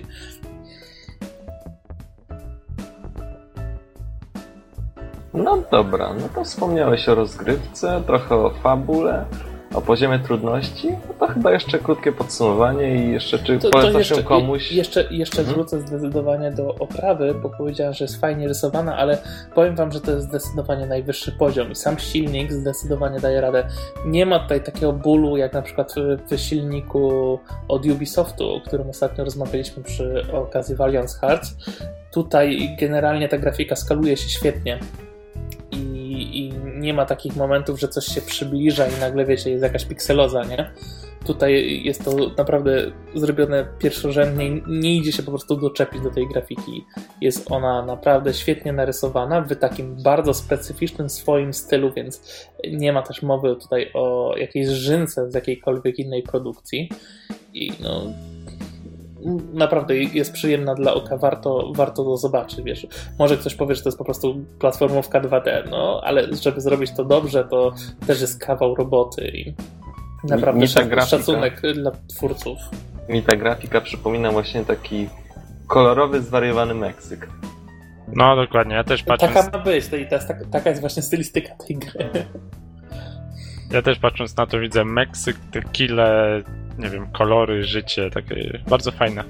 No dobra, no to wspomniałeś o rozgrywce, trochę o fabule, o poziomie trudności, no to chyba jeszcze krótkie podsumowanie i jeszcze czy to, polecasz to jeszcze, ją komuś? Jeszcze, jeszcze mhm. wrócę zdecydowanie do oprawy, bo powiedziałem, że jest fajnie rysowana, ale powiem wam, że to jest zdecydowanie najwyższy poziom i sam silnik zdecydowanie daje radę. Nie ma tutaj takiego bólu jak na przykład w, w silniku od Ubisoftu, o którym ostatnio rozmawialiśmy przy okazji Valiant Hearts. Tutaj generalnie ta grafika skaluje się świetnie. I nie ma takich momentów, że coś się przybliża i nagle, wiecie, jest jakaś pikseloza, nie? Tutaj jest to naprawdę zrobione pierwszorzędnie, nie idzie się po prostu doczepić do tej grafiki. Jest ona naprawdę świetnie narysowana w takim bardzo specyficznym swoim stylu, więc nie ma też mowy tutaj o jakiejś żynce z jakiejkolwiek innej produkcji. I no... naprawdę jest przyjemna dla oka, warto, warto to zobaczyć, wiesz. Może ktoś powie, że to jest po prostu platformówka dwa D, no, ale żeby zrobić to dobrze, to też jest kawał roboty i naprawdę mi ta szac- grafika, szacunek dla twórców. Mi ta grafika przypomina właśnie taki kolorowy, zwariowany Meksyk. No dokładnie, ja też patrząc... Taka ma być, to i to jest taka, taka jest właśnie stylistyka tej gry. Ja też patrząc na to widzę Meksyk, tequilę, nie wiem, kolory, życie, takie bardzo fajne.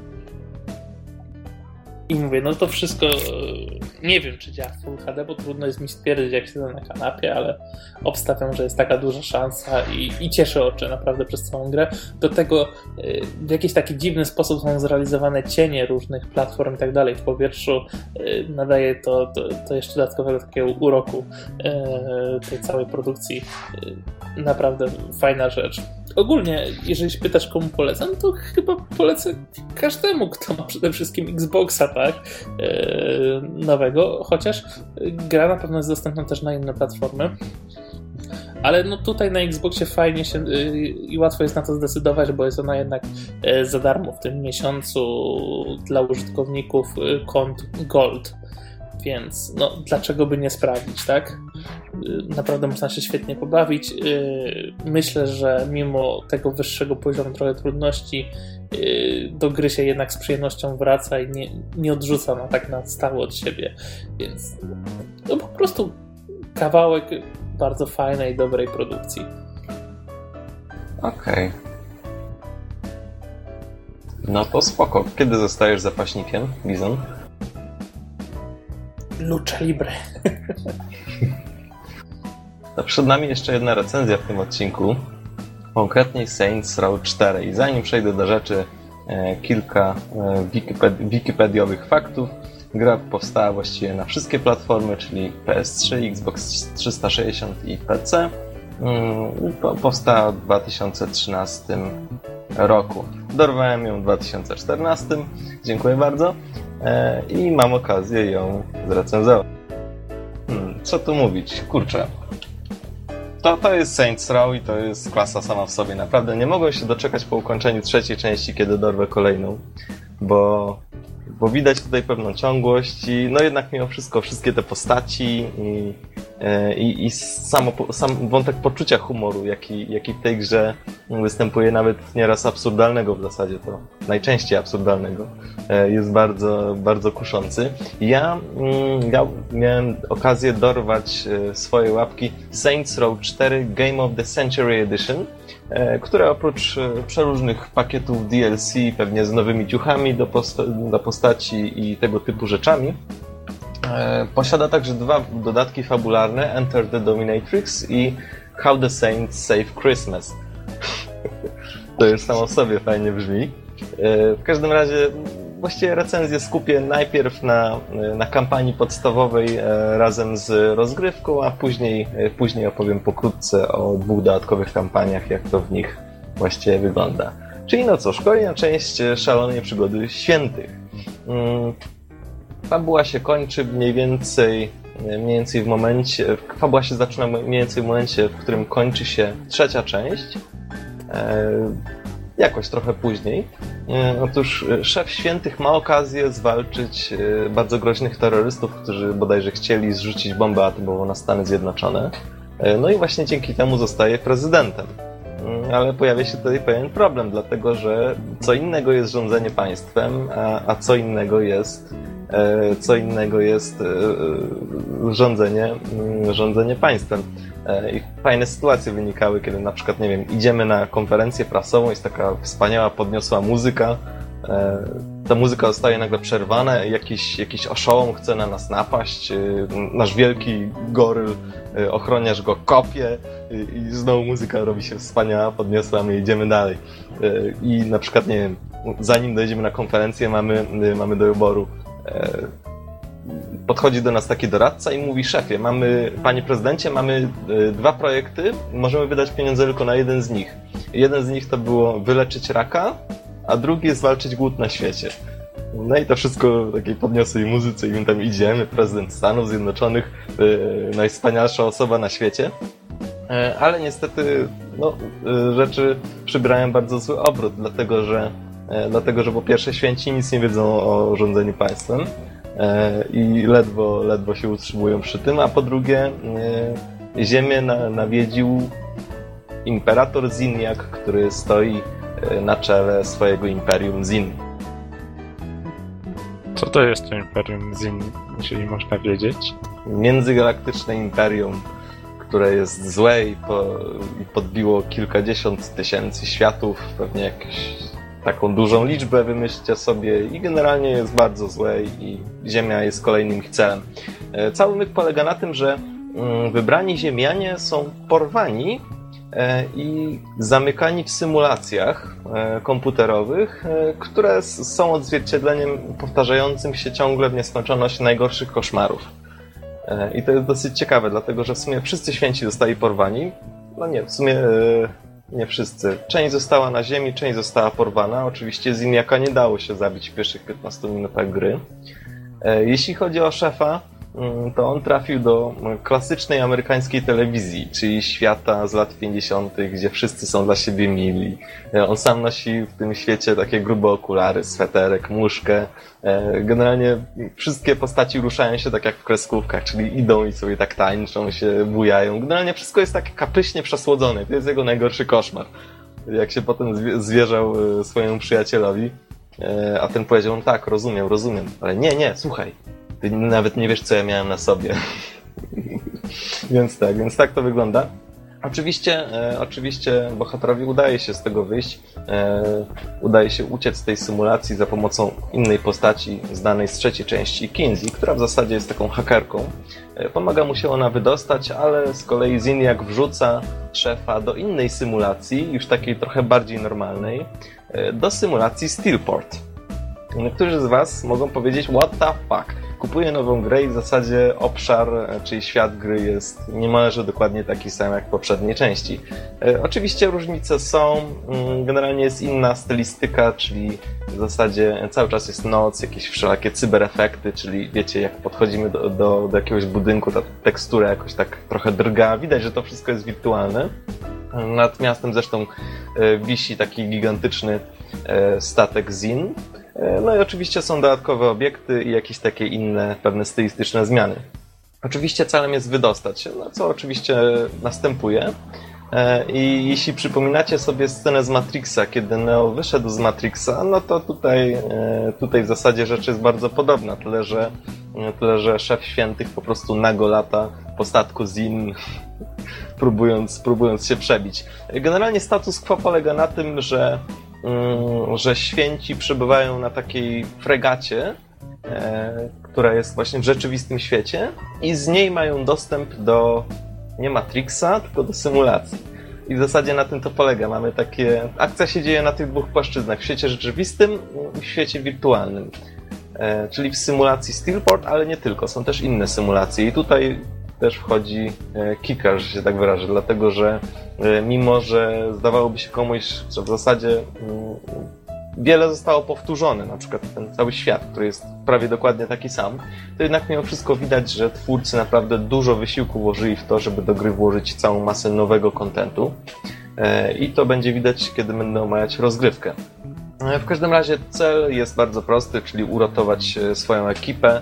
I mówię, no to wszystko, nie wiem czy działa w Full H D, bo trudno jest mi stwierdzić, jak siedzę na kanapie, ale obstawiam, że jest taka duża szansa i, i cieszy oczy naprawdę przez całą grę. Do tego w jakiś taki dziwny sposób są zrealizowane cienie różnych platform i tak dalej w powietrzu. Nadaje to, to, to jeszcze dodatkowego takiego uroku tej całej produkcji. Naprawdę fajna rzecz. Ogólnie, jeżeli się pytasz, komu polecam, to chyba polecę każdemu, kto ma przede wszystkim Xboxa, tak? Yy, nowego, chociaż gra na pewno jest dostępna też na inne platformy. Ale no tutaj na Xboxie fajnie się yy, i łatwo jest na to zdecydować, bo jest ona jednak yy, za darmo w tym miesiącu dla użytkowników yy, kont Gold. Więc no, dlaczego by nie sprawdzić, tak? naprawdę można się świetnie pobawić. Myślę, że mimo tego wyższego poziomu trochę trudności do gry się jednak z przyjemnością wraca i nie, nie odrzuca na tak na stałe od siebie, więc no po prostu kawałek bardzo fajnej, dobrej produkcji. Okej. Okay. No to spoko. Kiedy zostajesz zapaśnikiem, Bizon? Lucha Libre. To przed nami jeszcze jedna recenzja w tym odcinku. Konkretnie Saints Row cztery. I zanim przejdę do rzeczy, e, kilka e, wikiped- wikipediowych faktów. Gra powstała właściwie na wszystkie platformy, czyli P S trzy, Xbox trzysta sześćdziesiąt i P C. Mm, po, powstała w dwa tysiące trzynastym roku. Dorwałem ją w dwa tysiące czternastym. Dziękuję bardzo. E, I mam okazję ją zrecenzować. Hmm, co tu mówić? Kurczę. To, to jest Saints Row i to jest klasa sama w sobie. Naprawdę nie mogłem się doczekać po ukończeniu trzeciej części, kiedy dorwę kolejną, bo, bo widać tutaj pewną ciągłość i no jednak mimo wszystko wszystkie te postaci i, i, i samo, sam wątek poczucia humoru, jaki, jaki w tej grze występuje, nawet nieraz absurdalnego w zasadzie, to najczęściej absurdalnego, jest bardzo, bardzo kuszący. Ja, ja miałem okazję dorwać swoje łapki Saints Row cztery Game of the Century Edition, które oprócz przeróżnych pakietów D L C, pewnie z nowymi ciuchami do, posta- do postaci i tego typu rzeczami, posiada także dwa dodatki fabularne, Enter the Dominatrix i How the Saints Save Christmas. To już samo w sobie fajnie brzmi. W każdym razie właściwie recenzję skupię najpierw na, na kampanii podstawowej razem z rozgrywką, a później, później opowiem pokrótce o dwóch dodatkowych kampaniach, jak to w nich właściwie wygląda. Czyli no cóż, kolejna część szalonej przygody świętych. Fabuła się kończy mniej więcej, mniej więcej w momencie, fabuła się zaczyna mniej więcej w momencie, w którym kończy się trzecia część. Jakoś trochę później. Otóż szef świętych ma okazję zwalczyć bardzo groźnych terrorystów, którzy bodajże chcieli zrzucić bombę atomową na Stany Zjednoczone. No i właśnie dzięki temu zostaje prezydentem. Ale pojawia się tutaj pewien problem, dlatego że co innego jest rządzenie państwem, a, a co innego jest co innego jest rządzenie, rządzenie państwem. I fajne sytuacje wynikały, kiedy na przykład, nie wiem, idziemy na konferencję prasową, jest taka wspaniała, podniosła muzyka, ta muzyka zostaje nagle przerwana, jakiś, jakiś oszołom chce na nas napaść, nasz wielki goryl, ochroniarz go kopie i znowu muzyka robi się wspaniała, podniosła, my idziemy dalej. I na przykład, nie wiem, zanim dojdziemy na konferencję, mamy, mamy do wyboru. Podchodzi do nas taki doradca i mówi: szefie, mamy, panie prezydencie, mamy dwa projekty, możemy wydać pieniądze tylko na jeden z nich. Jeden z nich to było wyleczyć raka, a drugi jest zwalczyć głód na świecie. No i to wszystko w takiej podniosłej muzyce i my tam idziemy, prezydent Stanów Zjednoczonych, najwspanialsza osoba na świecie. Ale niestety no, rzeczy przybrają bardzo zły obrót, dlatego że Dlatego, że po pierwsze święci nic nie wiedzą o rządzeniu państwem i ledwo, ledwo się utrzymują przy tym, a po drugie ziemię na, nawiedził imperator Zinjak, który stoi na czele swojego imperium Zin. Co to jest to imperium Zin, jeżeli można wiedzieć? Międzygalaktyczne imperium, które jest złe i, po, i podbiło kilkadziesiąt tysięcy światów, pewnie jakieś taką dużą liczbę wymyślcie sobie i generalnie jest bardzo złe i Ziemia jest kolejnym ich celem. Cały myk polega na tym, że wybrani Ziemianie są porwani i zamykani w symulacjach komputerowych, które są odzwierciedleniem powtarzającym się ciągle w nieskończoność najgorszych koszmarów. I to jest dosyć ciekawe, dlatego że w sumie wszyscy święci zostali porwani. No nie, w sumie nie wszyscy. Część została na ziemi, część została porwana. Oczywiście Zinjaka nie dało się zabić w pierwszych piętnastu minutach gry. Jeśli chodzi o szefa, to on trafił do klasycznej amerykańskiej telewizji, czyli świata z lat pięćdziesiątych, gdzie wszyscy są dla siebie mili. On sam nosi w tym świecie takie grube okulary, sweterek, muszkę. Generalnie wszystkie postaci ruszają się tak jak w kreskówkach, czyli idą i sobie tak tańczą, się bujają. Generalnie wszystko jest tak kapryśnie przesłodzone. To jest jego najgorszy koszmar. Jak się potem zwierzał swojemu przyjacielowi, a ten powiedział, no tak, rozumiem, rozumiem, ale nie, nie, słuchaj, ty nawet nie wiesz, co ja miałem na sobie. Więc tak, więc tak to wygląda. Oczywiście, e, oczywiście bohaterowi udaje się z tego wyjść, e, udaje się uciec z tej symulacji za pomocą innej postaci znanej z trzeciej części, Kinsey, która w zasadzie jest taką hakerką. E, pomaga mu się ona wydostać, ale z kolei Zinniak wrzuca szefa do innej symulacji, już takiej trochę bardziej normalnej, e, do symulacji Steelport. Niektórzy z was mogą powiedzieć, what the fuck? Kupuję nową grę i w zasadzie obszar, czyli świat gry jest niemalże dokładnie taki sam jak w poprzedniej części. E, oczywiście różnice są, generalnie jest inna stylistyka, czyli w zasadzie cały czas jest noc, jakieś wszelakie cyberefekty, czyli wiecie, jak podchodzimy do, do, do jakiegoś budynku, ta tekstura jakoś tak trochę drga, widać, że to wszystko jest wirtualne. Nad miastem zresztą e, wisi taki gigantyczny e, statek Zin. No i oczywiście są dodatkowe obiekty i jakieś takie inne pewne stylistyczne zmiany. Oczywiście celem jest wydostać się, no co oczywiście następuje. I jeśli przypominacie sobie scenę z Matrixa, kiedy Neo wyszedł z Matrixa, no to tutaj, tutaj w zasadzie rzecz jest bardzo podobna, tyle że, tyle że szef świętych po prostu nago lata po statku Zin, próbując, próbując się przebić. Generalnie status quo polega na tym, że że święci przebywają na takiej fregacie, e, która jest właśnie w rzeczywistym świecie i z niej mają dostęp do nie Matrixa, tylko do symulacji. I w zasadzie na tym to polega. Mamy takie... Akcja się dzieje na tych dwóch płaszczyznach. W świecie rzeczywistym i w świecie wirtualnym. E, czyli w symulacji Steelport, ale nie tylko. Są też inne symulacje. I tutaj też wchodzi kicker, że się tak wyrażę, dlatego że mimo, że zdawałoby się komuś, że w zasadzie wiele zostało powtórzone, na przykład ten cały świat, który jest prawie dokładnie taki sam, to jednak mimo wszystko widać, że twórcy naprawdę dużo wysiłku włożyli w to, żeby do gry włożyć całą masę nowego kontentu i to będzie widać, kiedy będę omawiać rozgrywkę. W każdym razie cel jest bardzo prosty, czyli uratować swoją ekipę,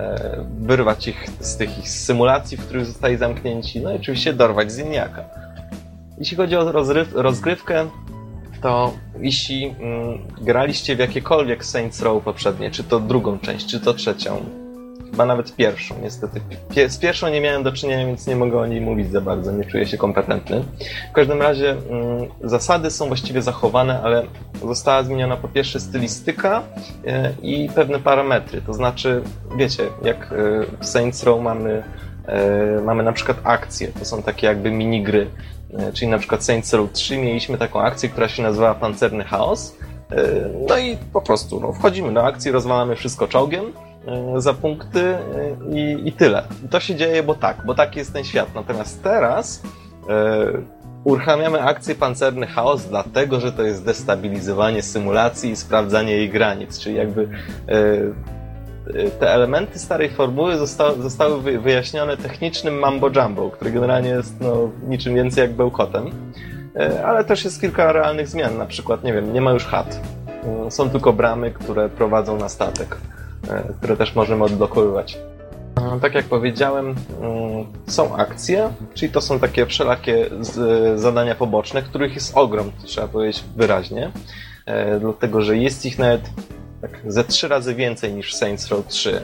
wyrwać ich z tych ich symulacji, w których zostali zamknięci, no i oczywiście dorwać Zinniaka. Jeśli chodzi o rozryw- rozgrywkę, to jeśli mm, graliście w jakiekolwiek Saints Row poprzednie, czy to drugą część, czy to trzecią, chyba nawet pierwszą, niestety. Pie- z pierwszą nie miałem do czynienia, więc nie mogę o niej mówić za bardzo, nie czuję się kompetentny. W każdym razie mm, zasady są właściwie zachowane, ale została zmieniona po pierwsze stylistyka y, i pewne parametry. To znaczy, wiecie, jak y, w Saints Row mamy, y, mamy na przykład akcje, to są takie jakby minigry. Czyli na przykład Saints Row trzy mieliśmy taką akcję, która się nazywała Pancerny Chaos. No i po prostu no, wchodzimy do akcji, rozwalamy wszystko czołgiem za punkty i, i tyle. I to się dzieje, bo tak, bo taki jest ten świat. Natomiast teraz e, uruchamiamy akcję Pancerny Chaos, dlatego że to jest destabilizowanie symulacji i sprawdzanie jej granic. Czyli jakby e, te elementy starej formuły zosta- zostały wyjaśnione technicznym mambo-jumbo, który generalnie jest no, niczym więcej jak bełkotem. Ale też jest kilka realnych zmian, na przykład, nie wiem, nie ma już chat. Są tylko bramy, które prowadzą na statek, które też możemy odblokowywać. Tak jak powiedziałem, są akcje, czyli to są takie wszelakie zadania poboczne, których jest ogrom, trzeba powiedzieć wyraźnie, dlatego że jest ich nawet tak ze trzy razy więcej niż w Saints Row trzy.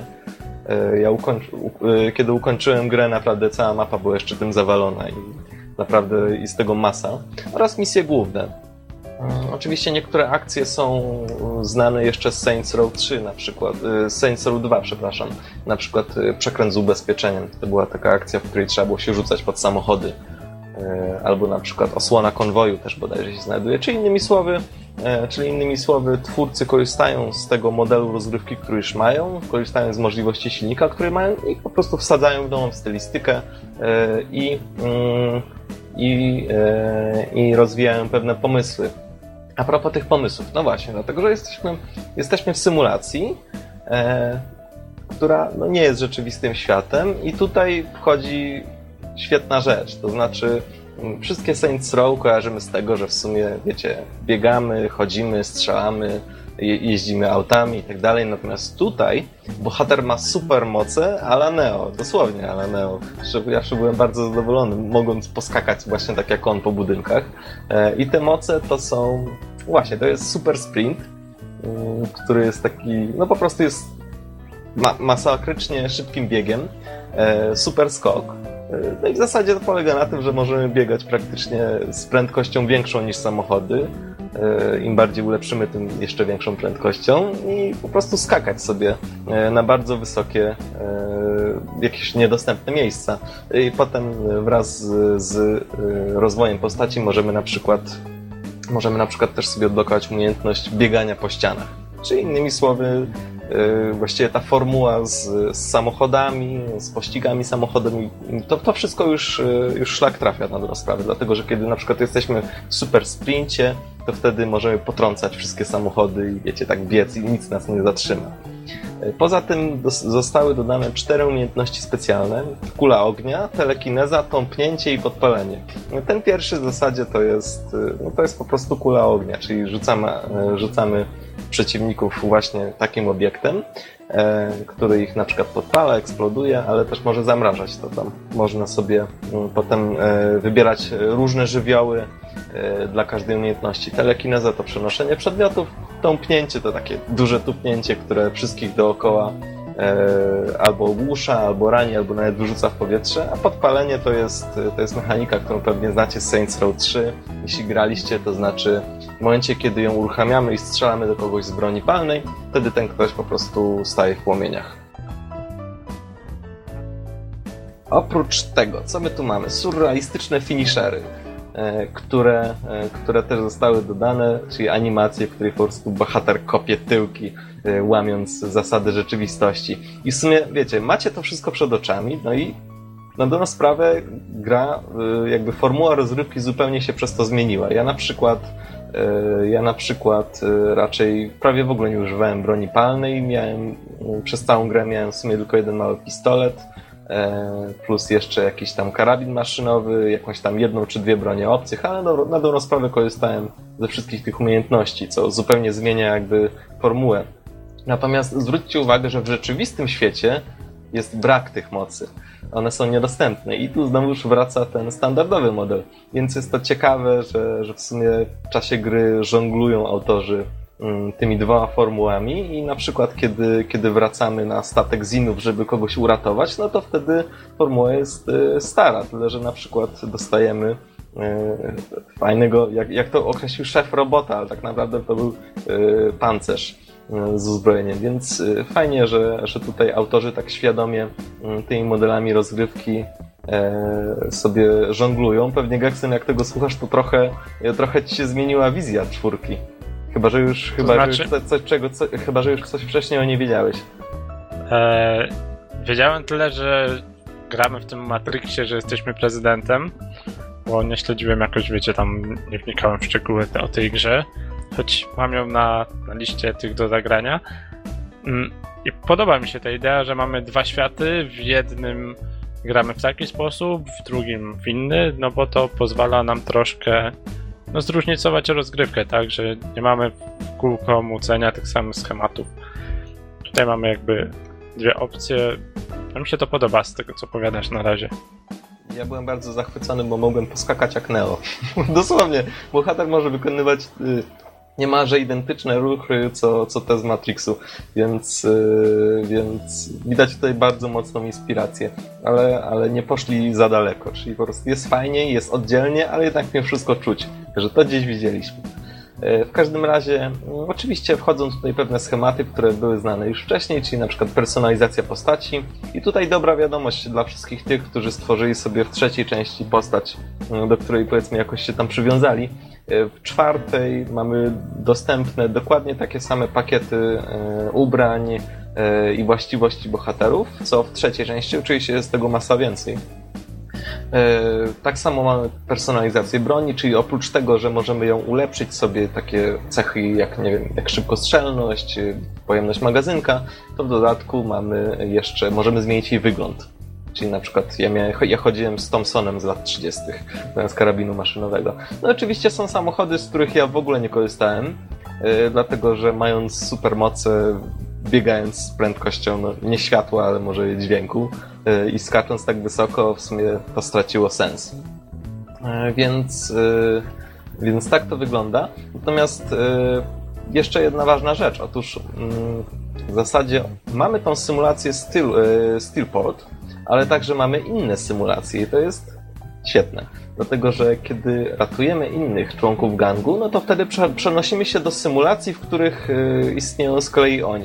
Ja ukończy, kiedy ukończyłem grę, naprawdę cała mapa była jeszcze tym zawalona i naprawdę jest tego masa. Oraz misje główne. Oczywiście niektóre akcje są znane jeszcze z Saints Row trzy, na przykład Saints Row dwa, przepraszam. Na przykład przekręt z ubezpieczeniem. To była taka akcja, w której trzeba było się rzucać pod samochody. Albo na przykład osłona konwoju też bodajże się znajduje. Czyli innymi słowy, czyli innymi słowy twórcy korzystają z tego modelu rozgrywki, który już mają, korzystają z możliwości silnika, który mają i po prostu wsadzają w nową stylistykę i, i, i rozwijają pewne pomysły. A propos tych pomysłów, no właśnie, dlatego że jesteśmy, jesteśmy w symulacji, która no, nie jest rzeczywistym światem i tutaj wchodzi świetna rzecz, to znaczy wszystkie Saints Row kojarzymy z tego, że w sumie, wiecie, biegamy, chodzimy, strzelamy, je- jeździmy autami i tak dalej, natomiast tutaj bohater ma super moce a la Neo, dosłownie a la Neo. Ja jeszcze byłem bardzo zadowolony, mogąc poskakać właśnie tak jak on po budynkach. E, I te moce to są, właśnie, to jest super sprint, mm, który jest taki, no po prostu jest ma- masakrycznie szybkim biegiem, e, super skok. No i w zasadzie to polega na tym, że możemy biegać praktycznie z prędkością większą niż samochody. Im bardziej ulepszymy, tym jeszcze większą prędkością i po prostu skakać sobie na bardzo wysokie, jakieś niedostępne miejsca. I potem wraz z, z rozwojem postaci możemy na przykład możemy na przykład też sobie odblokować umiejętność biegania po ścianach. Czy innymi słowy, właściwie ta formuła z, z samochodami, z pościgami samochodowymi, to, to wszystko już, już szlak trafia na dobrą sprawę, dlatego że kiedy na przykład jesteśmy w super sprincie, to wtedy możemy potrącać wszystkie samochody i wiecie, tak biec i nic nas nie zatrzyma. Poza tym dos- zostały dodane cztery umiejętności specjalne: kula ognia, telekineza, tąpnięcie i podpalenie. Ten pierwszy w zasadzie to jest, no to jest po prostu kula ognia, czyli rzucamy, rzucamy przeciwników właśnie takim obiektem, e, który ich na przykład podpala, eksploduje, ale też może zamrażać to tam. Można sobie m, potem e, wybierać różne żywioły e, dla każdej umiejętności. Telekineza to przenoszenie przedmiotów, tąpnięcie to takie duże tupnięcie, które wszystkich dookoła e, albo ogłusza, albo rani, albo nawet wyrzuca w powietrze, a podpalenie to jest, to jest mechanika, którą pewnie znacie z Saints Row trzy. Jeśli graliście, to znaczy w momencie, kiedy ją uruchamiamy i strzelamy do kogoś z broni palnej, wtedy ten ktoś po prostu staje w płomieniach. Oprócz tego, co my tu mamy? Surrealistyczne finishery, e, które, e, które też zostały dodane, czyli animacje, w której po prostu bohater kopie tyłki, e, łamiąc zasady rzeczywistości. I w sumie, wiecie, macie to wszystko przed oczami, no i na dobrą sprawę gra, e, jakby formuła rozrywki zupełnie się przez to zmieniła. Ja na przykład Ja na przykład raczej prawie w ogóle nie używałem broni palnej, miałem, przez całą grę miałem w sumie tylko jeden mały pistolet, plus jeszcze jakiś tam karabin maszynowy, jakąś tam jedną czy dwie bronie obcych, ale na dobrą sprawę korzystałem ze wszystkich tych umiejętności, co zupełnie zmienia jakby formułę. Natomiast zwróćcie uwagę, że w rzeczywistym świecie jest brak tych mocy. One są niedostępne i tu znowu już wraca ten standardowy model. Więc jest to ciekawe, że, że w sumie w czasie gry żonglują autorzy mm, tymi dwoma formułami i na przykład kiedy, kiedy wracamy na statek Zinów, żeby kogoś uratować, no to wtedy formuła jest y, stara, tyle że na przykład dostajemy y, fajnego, jak, jak to określił szef robota, ale tak naprawdę to był y, pancerz z uzbrojeniem, więc fajnie, że, że tutaj autorzy tak świadomie tymi modelami rozgrywki e, sobie żonglują. Pewnie, Geksen, jak tego słuchasz, to trochę, trochę ci się zmieniła wizja czwórki. Chyba, że już, chyba, znaczy... że już co, co, czego, co, chyba, że już coś wcześniej o niej wiedziałeś. E, wiedziałem tyle, że gramy w tym Matrixie, że jesteśmy prezydentem, bo nie śledziłem jakoś, wiecie, tam nie wnikałem w szczegóły o tej grze. Choć mam ją na, na liście tych do zagrania. I podoba mi się ta idea, że mamy dwa światy, w jednym gramy w taki sposób, w drugim w inny, no bo to pozwala nam troszkę no, zróżnicować rozgrywkę, tak, że nie mamy w kółko mucenia tych samych schematów. Tutaj mamy jakby dwie opcje. No mi się to podoba z tego, co powiadasz na razie. Ja byłem bardzo zachwycony, bo mogłem poskakać jak Neo. Dosłownie, bohater może wykonywać y, niemalże identyczne ruchy, co, co te z Matrixu, więc, y, więc widać tutaj bardzo mocną inspirację, ale, ale nie poszli za daleko, czyli po prostu jest fajnie, jest oddzielnie, ale jednak nie wszystko czuć, że to gdzieś widzieliśmy. W każdym razie, oczywiście wchodzą tutaj pewne schematy, które były znane już wcześniej, czyli na przykład personalizacja postaci. I tutaj dobra wiadomość dla wszystkich tych, którzy stworzyli sobie w trzeciej części postać, do której powiedzmy jakoś się tam przywiązali. W czwartej mamy dostępne dokładnie takie same pakiety ubrań i właściwości bohaterów, co w trzeciej części, oczywiście jest tego masa więcej. Tak samo mamy personalizację broni, czyli oprócz tego, że możemy ją ulepszyć sobie takie cechy jak, nie wiem, jak szybkostrzelność, pojemność magazynka, to w dodatku mamy jeszcze, możemy zmienić jej wygląd. Czyli na przykład ja, miałem, ja chodziłem z Thompsonem z lat trzydziestych, zamiast karabinu maszynowego. No oczywiście są samochody, z których ja w ogóle nie korzystałem, yy, dlatego że mając supermoce, biegając z prędkością, no, nie światła, ale może dźwięku yy, i skacząc tak wysoko, w sumie to straciło sens. Yy, więc, yy, więc tak to wygląda. Natomiast yy, jeszcze jedna ważna rzecz. Otóż yy, w zasadzie mamy tą symulację Steel, yy, Steelport, ale także mamy inne symulacje i to jest świetne. Dlatego, że kiedy ratujemy innych członków gangu, no to wtedy przenosimy się do symulacji, w których istnieją z kolei oni.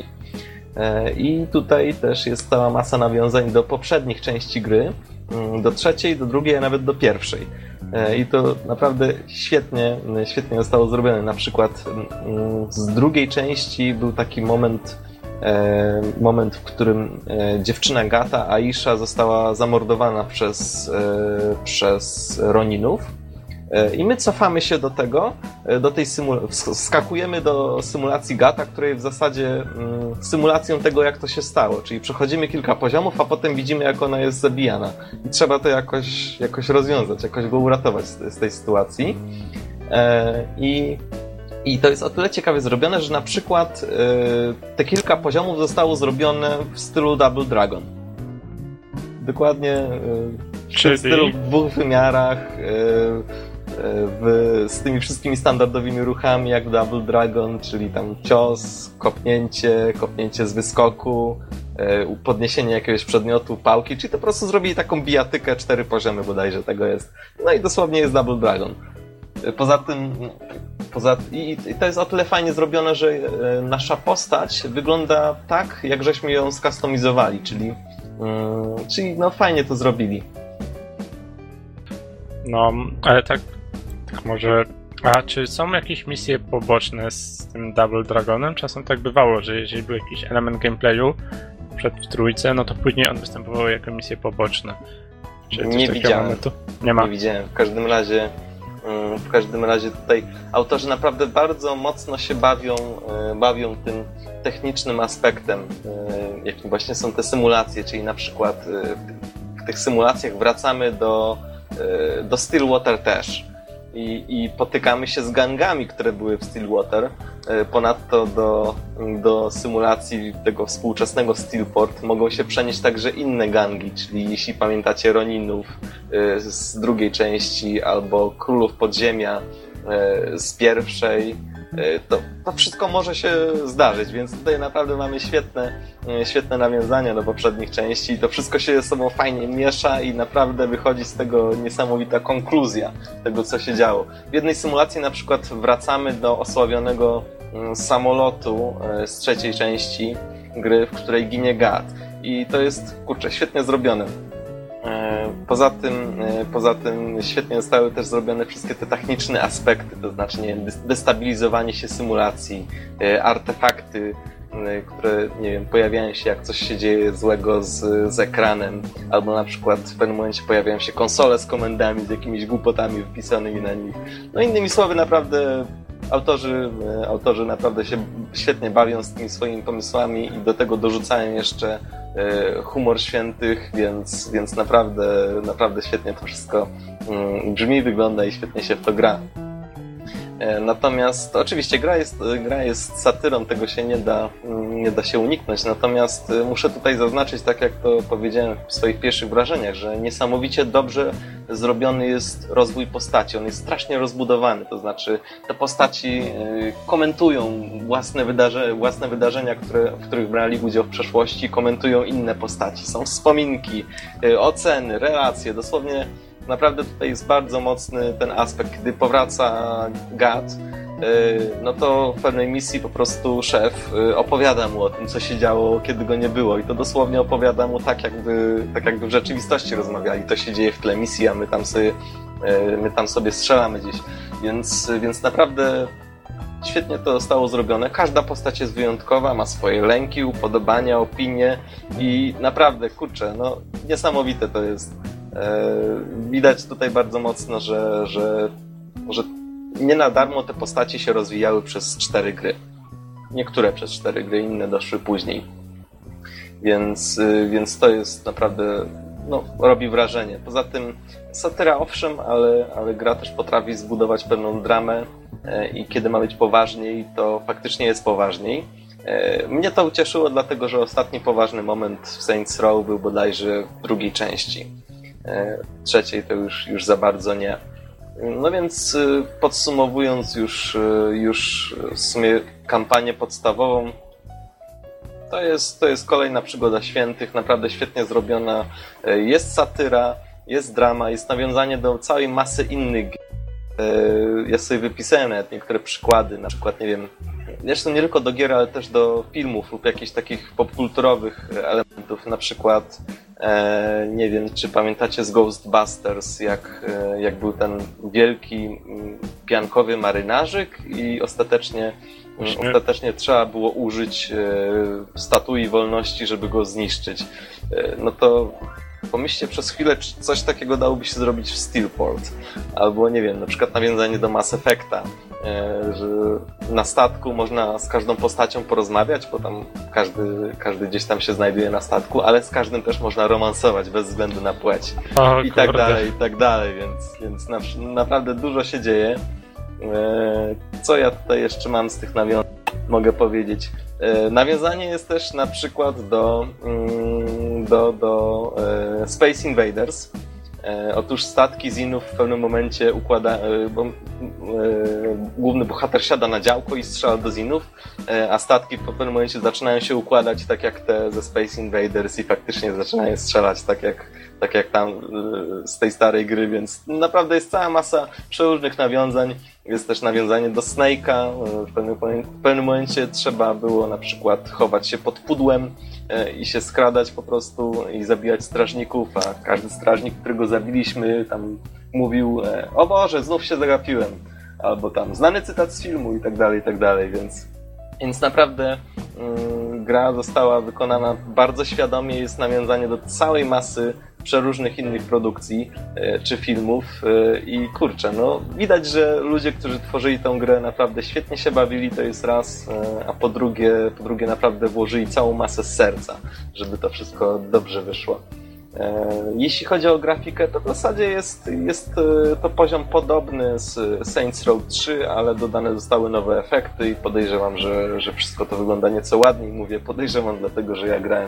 I tutaj też jest cała masa nawiązań do poprzednich części gry, do trzeciej, do drugiej, a nawet do pierwszej. I to naprawdę świetnie, świetnie zostało zrobione. Na przykład z drugiej części był taki moment, moment, w którym dziewczyna Gata, Aisha, została zamordowana przez, przez Roninów. I my cofamy się do tego, do tej symulacji, skakujemy do symulacji Gata, której w zasadzie symulacją tego, jak to się stało. Czyli przechodzimy kilka poziomów, a potem widzimy, jak ona jest zabijana. I trzeba to jakoś, jakoś rozwiązać, jakoś go uratować z, z tej sytuacji. I I to jest o tyle ciekawie zrobione, że na przykład y, te kilka poziomów zostało zrobione w stylu Double Dragon. Dokładnie y, Czyli... w stylu w dwóch wymiarach, y, y, w, z tymi wszystkimi standardowymi ruchami jak w Double Dragon, czyli tam cios, kopnięcie, kopnięcie z wyskoku, y, podniesienie jakiegoś przedmiotu, pałki, czyli to po prostu zrobili taką bijatykę, cztery poziomy bodajże tego jest. No i dosłownie jest Double Dragon. Poza tym, poza, i, i to jest o tyle fajnie zrobione, że nasza postać wygląda tak, jak żeśmy ją skustomizowali, czyli, yy, czyli no fajnie to zrobili. No, ale tak, tak może... A czy są jakieś misje poboczne z tym Double Dragonem? Czasem tak bywało, że jeżeli był jakiś element gameplayu przed w trójce, no to później on występował jako misje poboczne. Czy nie widziałem. Tu? Nie ma. Nie widziałem. W każdym razie W każdym razie tutaj autorzy naprawdę bardzo mocno się bawią, bawią tym technicznym aspektem, jakim właśnie są te symulacje, czyli na przykład w tych symulacjach wracamy do, do Stillwater też i, i potykamy się z gangami, które były w Stillwater. Ponadto do, do symulacji tego współczesnego Steelport mogą się przenieść także inne gangi, czyli jeśli pamiętacie Roninów z drugiej części albo Królów Podziemia z pierwszej, to, to wszystko może się zdarzyć, więc tutaj naprawdę mamy świetne, świetne nawiązania do poprzednich części i to wszystko się ze sobą fajnie miesza i naprawdę wychodzi z tego niesamowita konkluzja tego, co się działo. W jednej symulacji na przykład wracamy do osławionego samolotu z trzeciej części gry, w której ginie Gat i to jest, kurczę, świetnie zrobione. Poza tym, poza tym świetnie zostały też zrobione wszystkie te techniczne aspekty, to znaczy nie wiem, destabilizowanie się symulacji, artefakty, które nie wiem, pojawiają się jak coś się dzieje złego z, z ekranem, albo na przykład w pewnym momencie pojawiają się konsole z komendami, z jakimiś głupotami wpisanymi na nich. No innymi słowy naprawdę autorzy, autorzy naprawdę się świetnie bawią z tymi swoimi pomysłami i do tego dorzucają jeszcze humor świętych, więc, więc naprawdę, naprawdę świetnie to wszystko brzmi, wygląda i świetnie się w to gra. Natomiast oczywiście gra jest, gra jest satyrą, tego się nie da, nie da się uniknąć, natomiast muszę tutaj zaznaczyć, tak jak to powiedziałem w swoich pierwszych wrażeniach, że niesamowicie dobrze zrobiony jest rozwój postaci, on jest strasznie rozbudowany, to znaczy te postaci komentują własne, wydarze, własne wydarzenia, które, w których brali udział w przeszłości, komentują inne postaci, są wspominki, oceny, relacje, dosłownie naprawdę tutaj jest bardzo mocny ten aspekt, kiedy powraca Gat, no to w pewnej misji po prostu szef opowiada mu o tym, co się działo, kiedy go nie było i to dosłownie opowiada mu tak, jakby, tak jakby w rzeczywistości rozmawiali. To się dzieje w tle misji, a my tam sobie, my tam sobie strzelamy gdzieś. Więc, więc naprawdę świetnie to zostało zrobione. Każda postać jest wyjątkowa, ma swoje lęki, upodobania, opinie i naprawdę, kurczę, no niesamowite to jest. Widać tutaj bardzo mocno, że, że, że nie na darmo te postaci się rozwijały przez cztery gry. Niektóre przez cztery gry, inne doszły później. Więc, więc to jest naprawdę, no, robi wrażenie. Poza tym satyra owszem, ale, ale gra też potrafi zbudować pewną dramę i kiedy ma być poważniej, to faktycznie jest poważniej. Mnie to ucieszyło, dlatego że ostatni poważny moment w Saints Row był bodajże w drugiej części. Trzeciej to już, już za bardzo nie. No więc podsumowując już, już w sumie kampanię podstawową, to jest, to jest kolejna przygoda świętych, naprawdę świetnie zrobiona. Jest satyra, jest drama, jest nawiązanie do całej masy innych gier. Ja sobie wypisałem nawet niektóre przykłady, na przykład, nie wiem, zresztą nie tylko do gier, ale też do filmów lub jakichś takich popkulturowych elementów, na przykład, e, nie wiem, czy pamiętacie z Ghostbusters, jak, e, jak był ten wielki piankowy marynarzyk i ostatecznie, ostatecznie trzeba było użyć e, statui wolności, żeby go zniszczyć. E, no to pomyślcie przez chwilę, czy coś takiego dałoby się zrobić w Steelport. Albo, nie wiem, na przykład nawiązanie do Mass Effecta, że na statku można z każdą postacią porozmawiać, bo tam każdy, każdy gdzieś tam się znajduje na statku, ale z każdym też można romansować bez względu na płeć. O, I tak dalej, i tak dalej, więc, więc na, naprawdę dużo się dzieje. Co ja tutaj jeszcze mam z tych nawiązań, mogę powiedzieć? Nawiązanie jest też na przykład do, do, do Space Invaders. Otóż statki Zinów w pewnym momencie układa, bo główny bohater siada na działko i strzela do Zinów, a statki w pewnym momencie zaczynają się układać tak jak te ze Space Invaders i faktycznie zaczynają strzelać tak jak, tak jak tam z tej starej gry, więc naprawdę jest cała masa przeróżnych nawiązań. Jest też nawiązanie do Snake'a. W pewnym, w pewnym momencie trzeba było na przykład chować się pod pudłem i się skradać po prostu i zabijać strażników, a każdy strażnik, którego zabiliśmy, tam mówił: o Boże, znów się zagapiłem, albo tam znany cytat z filmu i tak dalej, i tak dalej, więc, więc naprawdę mm, gra została wykonana bardzo świadomie, jest nawiązanie do całej masy przeróżnych innych produkcji e, czy filmów e, i kurczę, no widać, że ludzie, którzy tworzyli tę grę, naprawdę świetnie się bawili, to jest raz, e, a po drugie, po drugie naprawdę włożyli całą masę z serca, żeby to wszystko dobrze wyszło. E, jeśli chodzi o grafikę, to w zasadzie jest, jest e, to poziom podobny z Saints Row trzy, ale dodane zostały nowe efekty i podejrzewam, że, że wszystko to wygląda nieco ładniej. Mówię podejrzewam, dlatego że ja grałem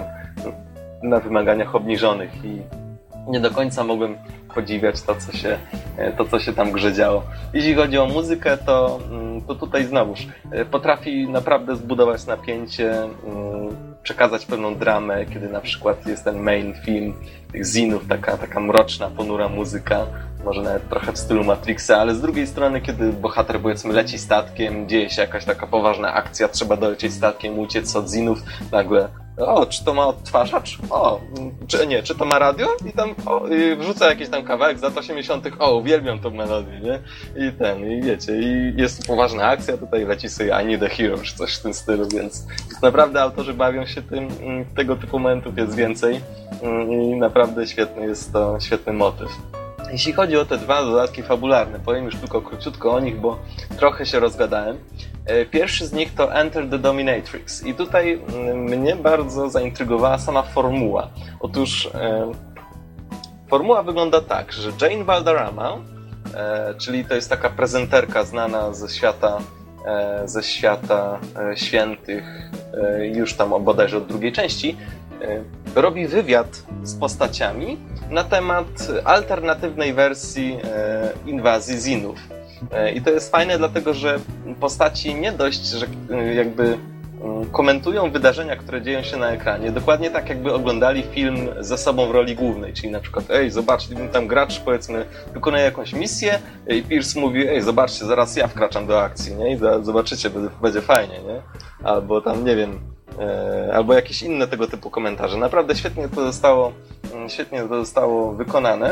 na wymaganiach obniżonych i nie do końca mogłem podziwiać to, co się, to, co się tam grze działo. Jeśli chodzi o muzykę, to, to tutaj znowuż potrafi naprawdę zbudować napięcie, przekazać pewną dramę, kiedy na przykład jest ten main film tych Zinów, taka, taka mroczna, ponura muzyka, może nawet trochę w stylu Matrixa, ale z drugiej strony, kiedy bohater, powiedzmy, leci statkiem, dzieje się jakaś taka poważna akcja, trzeba dolecieć statkiem, uciec od Zinów, nagle o, czy to ma odtwarzacz? O, czy nie, czy to ma radio? I tam o, i wrzuca jakiś tam kawałek z lat osiemdziesiątych. O, uwielbiam tą melodię, nie? I ten, i wiecie, i jest poważna akcja, tutaj leci sobie I Need a Hero, czy coś w tym stylu, więc naprawdę autorzy bawią się tym, tego typu momentów jest więcej i naprawdę świetny jest to, świetny motyw. Jeśli chodzi o te dwa dodatki fabularne, powiem już tylko króciutko o nich, bo trochę się rozgadałem. Pierwszy z nich to Enter the Dominatrix i tutaj mnie bardzo zaintrygowała sama formuła. Otóż e, formuła wygląda tak, że Jane Valderrama, e, czyli to jest taka prezenterka znana ze świata, e, ze świata e, świętych, e, już tam bodajże od drugiej części, e, robi wywiad z postaciami na temat alternatywnej wersji e, inwazji Zinów. I to jest fajne, dlatego że postaci nie dość, że jakby komentują wydarzenia, które dzieją się na ekranie, dokładnie tak jakby oglądali film ze sobą w roli głównej, czyli na przykład ej, zobaczcie, tam gracz, powiedzmy, wykonuje jakąś misję i Pierce mówi, ej, zobaczcie, zaraz ja wkraczam do akcji, nie? I zobaczycie, będzie fajnie, nie? Albo tam, nie wiem, e, albo jakieś inne tego typu komentarze. Naprawdę świetnie to zostało, świetnie to zostało wykonane.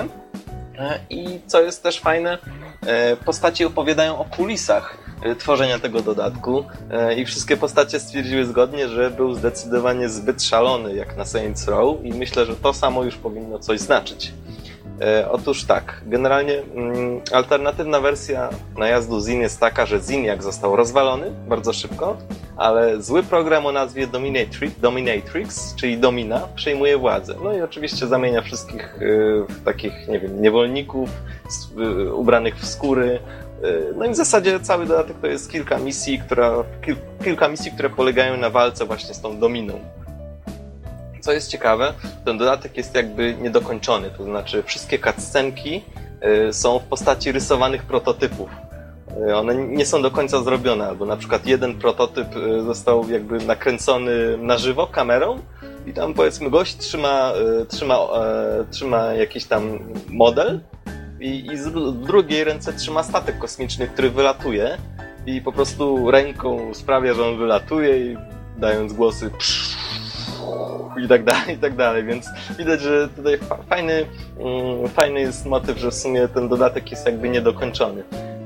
I co jest też fajne, postaci opowiadają o kulisach tworzenia tego dodatku i wszystkie postacie stwierdziły zgodnie, że był zdecydowanie zbyt szalony jak na Saints Row i myślę, że to samo już powinno coś znaczyć. E, otóż tak, generalnie mm, alternatywna wersja najazdu Zin jest taka, że Zin jak został rozwalony bardzo szybko, ale zły program o nazwie Dominatrix, Dominatrix, czyli Domina, przejmuje władzę. No i oczywiście zamienia wszystkich y, w takich, nie wiem, niewolników y, ubranych w skóry. Y, no i w zasadzie cały dodatek to jest kilka misji, która, kil, kilka misji, które polegają na walce właśnie z tą Dominą. Co jest ciekawe, ten dodatek jest jakby niedokończony, to znaczy wszystkie cutscenki y, są w postaci rysowanych prototypów. Y, one nie są do końca zrobione, albo na przykład jeden prototyp y, został jakby nakręcony na żywo kamerą i tam powiedzmy gość trzyma, y, trzyma, y, trzyma jakiś tam model i, i z, w drugiej ręce trzyma statek kosmiczny, który wylatuje i po prostu ręką sprawia, że on wylatuje i dając głosy psz, i tak dalej, i tak dalej, więc widać, że tutaj fajny, fajny jest motyw, że w sumie ten dodatek jest jakby niedokończony.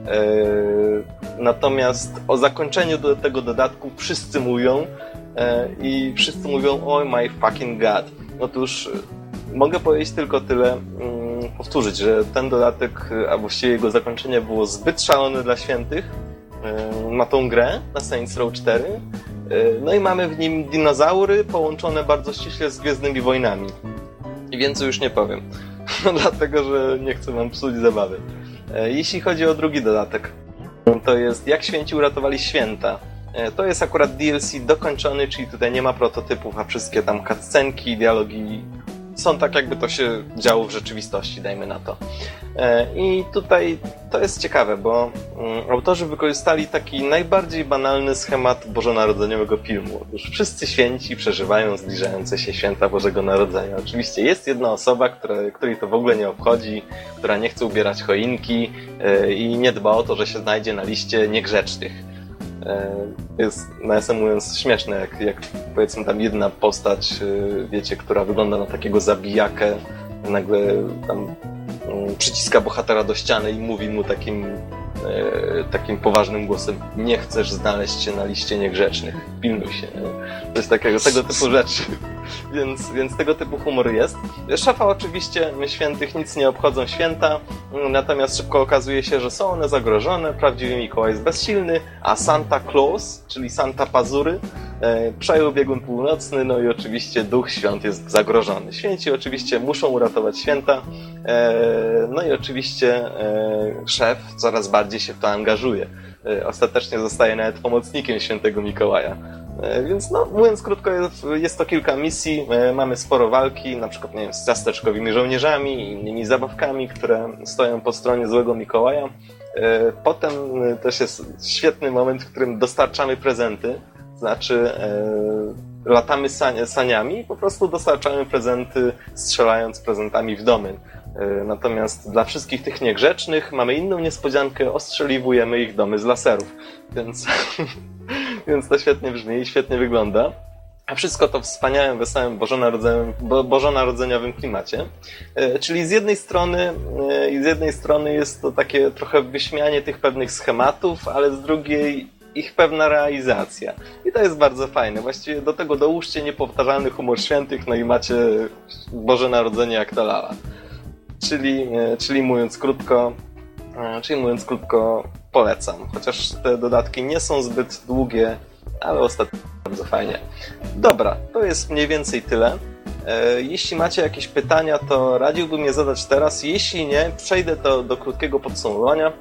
Natomiast o zakończeniu do tego dodatku wszyscy mówią i wszyscy mówią oh my fucking god. Otóż mogę powiedzieć tylko tyle, powtórzyć, że ten dodatek, a właściwie jego zakończenie było zbyt szalone dla świętych na tą grę, na Saints Row cztery. No i mamy w nim dinozaury połączone bardzo ściśle z Gwiezdnymi Wojnami. I więcej już nie powiem, dlatego że nie chcę wam psuć zabawy. Jeśli chodzi o drugi dodatek, to jest Jak Święci uratowali święta. To jest akurat D L C dokończony, czyli tutaj nie ma prototypów, a wszystkie tam cutscenki, dialogi są tak, jakby to się działo w rzeczywistości, dajmy na to. I tutaj to jest ciekawe, bo autorzy wykorzystali taki najbardziej banalny schemat bożonarodzeniowego filmu. Otóż wszyscy święci przeżywają zbliżające się święta Bożego Narodzenia. Oczywiście jest jedna osoba, która, której to w ogóle nie obchodzi, która nie chce ubierać choinki i nie dba o to, że się znajdzie na liście niegrzecznych. Jest, nawiasem mówiąc, śmieszne, jak, jak powiedzmy tam jedna postać, wiecie, która wygląda na takiego zabijakę, nagle tam przyciska bohatera do ściany i mówi mu takim, takim poważnym głosem: nie chcesz znaleźć się na liście niegrzecznych, pilnuj się. To jest takiego, tego typu rzeczy. Więc, więc tego typu humor jest. Szafa oczywiście świętych nic nie obchodzą święta, natomiast szybko okazuje się, że są one zagrożone, prawdziwy Mikołaj jest bezsilny, a Santa Claus, czyli Santa Pazury, e, przejął biegun północny, no i oczywiście Duch Świąt jest zagrożony. Święci oczywiście muszą uratować święta, e, no i oczywiście e, szef coraz bardziej się w to angażuje. E, ostatecznie zostaje nawet pomocnikiem świętego Mikołaja. Więc no, mówiąc krótko, jest, jest to kilka misji, mamy sporo walki, na przykład nie wiem, z ciasteczkowymi żołnierzami i innymi zabawkami, które stoją po stronie złego Mikołaja. Potem też jest świetny moment, w którym dostarczamy prezenty, znaczy latamy sani- saniami i po prostu dostarczamy prezenty, strzelając prezentami w domy. Natomiast dla wszystkich tych niegrzecznych mamy inną niespodziankę, ostrzeliwujemy ich domy z laserów. Więc... Więc to świetnie brzmi i świetnie wygląda. A wszystko to w wspaniałym, wesołym, bożonarodzeniowym, bo, bożonarodzeniowym klimacie. E, czyli z jednej strony e, z jednej strony jest to takie trochę wyśmianie tych pewnych schematów, ale z drugiej ich pewna realizacja. I to jest bardzo fajne. Właściwie do tego dołóżcie niepowtarzalny humor świętych, no i macie Boże Narodzenie jak ta lala. Czyli, e, czyli mówiąc krótko, e, czyli mówiąc krótko, polecam. Chociaż te dodatki nie są zbyt długie, ale ostatnio bardzo fajnie. Dobra, to jest mniej więcej tyle. Jeśli macie jakieś pytania, to radziłbym je zadać teraz. Jeśli nie, przejdę to do krótkiego podsumowania.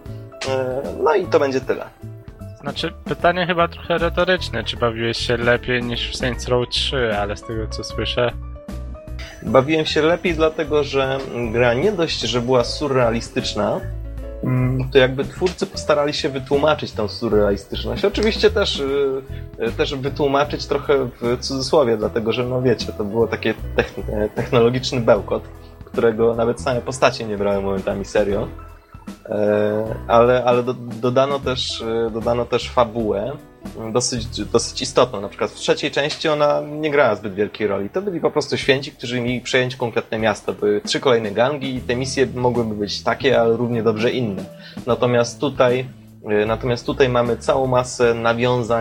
No i to będzie tyle. Znaczy, pytanie chyba trochę retoryczne. Czy bawiłeś się lepiej niż w Saints Row trzy, ale z tego co słyszę... Bawiłem się lepiej dlatego, że gra nie dość, że była surrealistyczna, to jakby twórcy postarali się wytłumaczyć tą surrealistyczność. Oczywiście też, też wytłumaczyć trochę w cudzysłowie, dlatego że no wiecie, to było takie technologiczny bełkot, którego nawet same postacie nie brały momentami serio. Ale, ale do, dodano też, dodano też fabułę dosyć, dosyć istotną. Na przykład w trzeciej części ona nie grała zbyt wielkiej roli. To byli po prostu święci, którzy mieli przejąć konkretne miasto. Były trzy kolejne gangi i te misje mogłyby być takie, ale równie dobrze inne. Natomiast tutaj, natomiast tutaj mamy całą masę nawiązań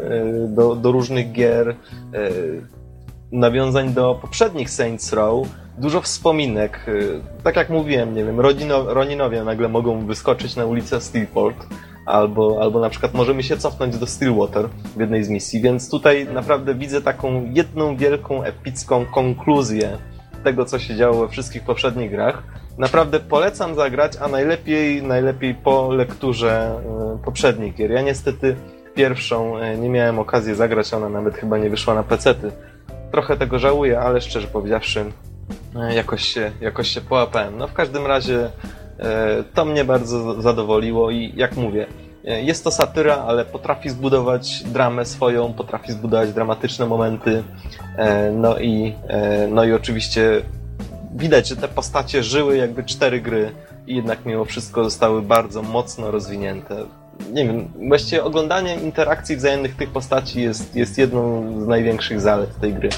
do, do różnych gier, nawiązań do poprzednich Saints Row, dużo wspominek. Tak jak mówiłem, nie wiem, rodzino, Roninowie nagle mogą wyskoczyć na ulicę Steelport, albo, albo na przykład możemy się cofnąć do Stillwater w jednej z misji, więc tutaj naprawdę widzę taką jedną wielką, epicką konkluzję tego, co się działo we wszystkich poprzednich grach. Naprawdę polecam zagrać, a najlepiej, najlepiej po lekturze poprzednich gier. Ja niestety pierwszą nie miałem okazji zagrać, ona nawet chyba nie wyszła na pecety. Trochę tego żałuję, ale szczerze powiedziawszy, jakoś się, jakoś się połapałem. No w każdym razie to mnie bardzo zadowoliło i jak mówię, jest to satyra, ale potrafi zbudować dramę swoją, potrafi zbudować dramatyczne momenty. No i, no i oczywiście widać, że te postacie żyły jakby cztery gry i jednak mimo wszystko zostały bardzo mocno rozwinięte. Nie wiem, właściwie oglądanie interakcji wzajemnych tych postaci jest, jest jedną z największych zalet tej gry.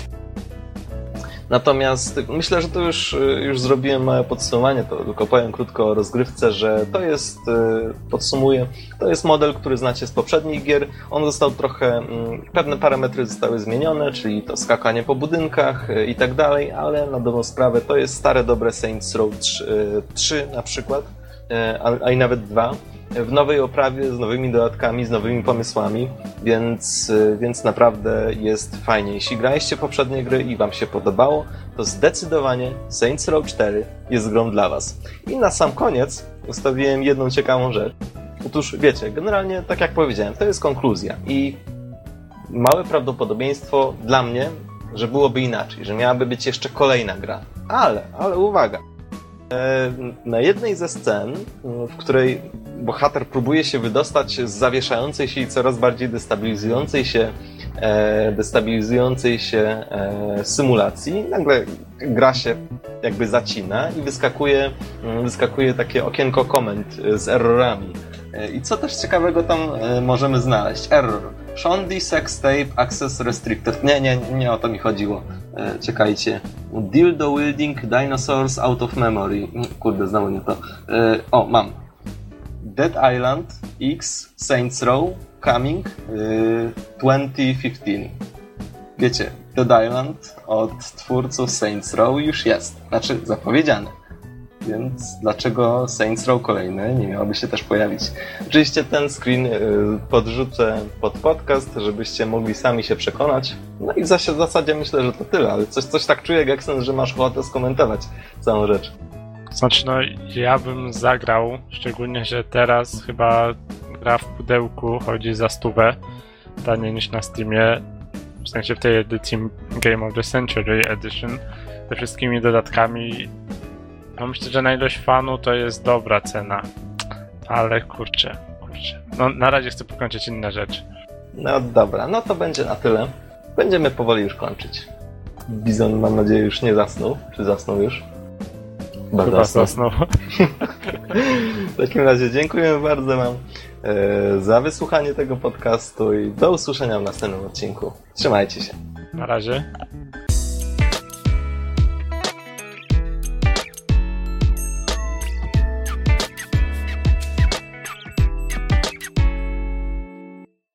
Natomiast myślę, że to już, już zrobiłem małe podsumowanie, to tylko powiem krótko o rozgrywce, że to jest, podsumuję, to jest model, który znacie z poprzednich gier. On został trochę, pewne parametry zostały zmienione, czyli to skakanie po budynkach i tak dalej, ale na dobrą sprawę to jest stare, dobre Saints Row trzy na przykład, a, a i nawet dwa. W nowej oprawie, z nowymi dodatkami, z nowymi pomysłami, więc, więc naprawdę jest fajnie. Jeśli graliście poprzednie gry i wam się podobało, to zdecydowanie Saints Row cztery jest grą dla was. I na sam koniec ustawiłem jedną ciekawą rzecz. Otóż wiecie, generalnie tak jak powiedziałem, to jest konkluzja i małe prawdopodobieństwo dla mnie, że byłoby inaczej, że miałaby być jeszcze kolejna gra. Ale, ale uwaga! Na jednej ze scen, w której bohater próbuje się wydostać z zawieszającej się i coraz bardziej destabilizującej się, destabilizującej się symulacji, nagle gra się jakby zacina i wyskakuje, wyskakuje takie okienko komend z errorami. I co też ciekawego tam możemy znaleźć? Error. Shondi Sex Tape Access Restricted. Nie, nie, nie o to mi chodziło. E, czekajcie. Dildo Wielding Dinosaurs Out of Memory. Kurde, znowu nie to. E, o, mam. Dead Island X Saints Row Coming e, dwa tysiące piętnaście. Wiecie, Dead Island od twórców Saints Row już jest. Znaczy, zapowiedziane. Więc dlaczego Saints Row kolejny nie miałoby się też pojawić? Oczywiście ten screen podrzucę pod podcast, żebyście mogli sami się przekonać. No i w zasadzie myślę, że to tyle, ale coś, coś tak czuję, Geksen, że masz ochotę skomentować całą rzecz. Znaczy, no ja bym zagrał, szczególnie, że teraz chyba gra w pudełku chodzi za stówę, taniej niż na Steamie, w sensie w tej edycji Game of the Century Edition, ze wszystkimi dodatkami. No myślę, że na ilość fanu to jest dobra cena, ale kurczę, kurczę. No na razie chcę pokończyć inne rzeczy. No dobra, no to będzie na tyle. Będziemy powoli już kończyć. Bizon, mam nadzieję, już nie zasnął. Czy zasnął już? Chyba, Chyba zasnął. W takim razie dziękuję bardzo wam e, za wysłuchanie tego podcastu i do usłyszenia w następnym odcinku. Trzymajcie się. Na razie.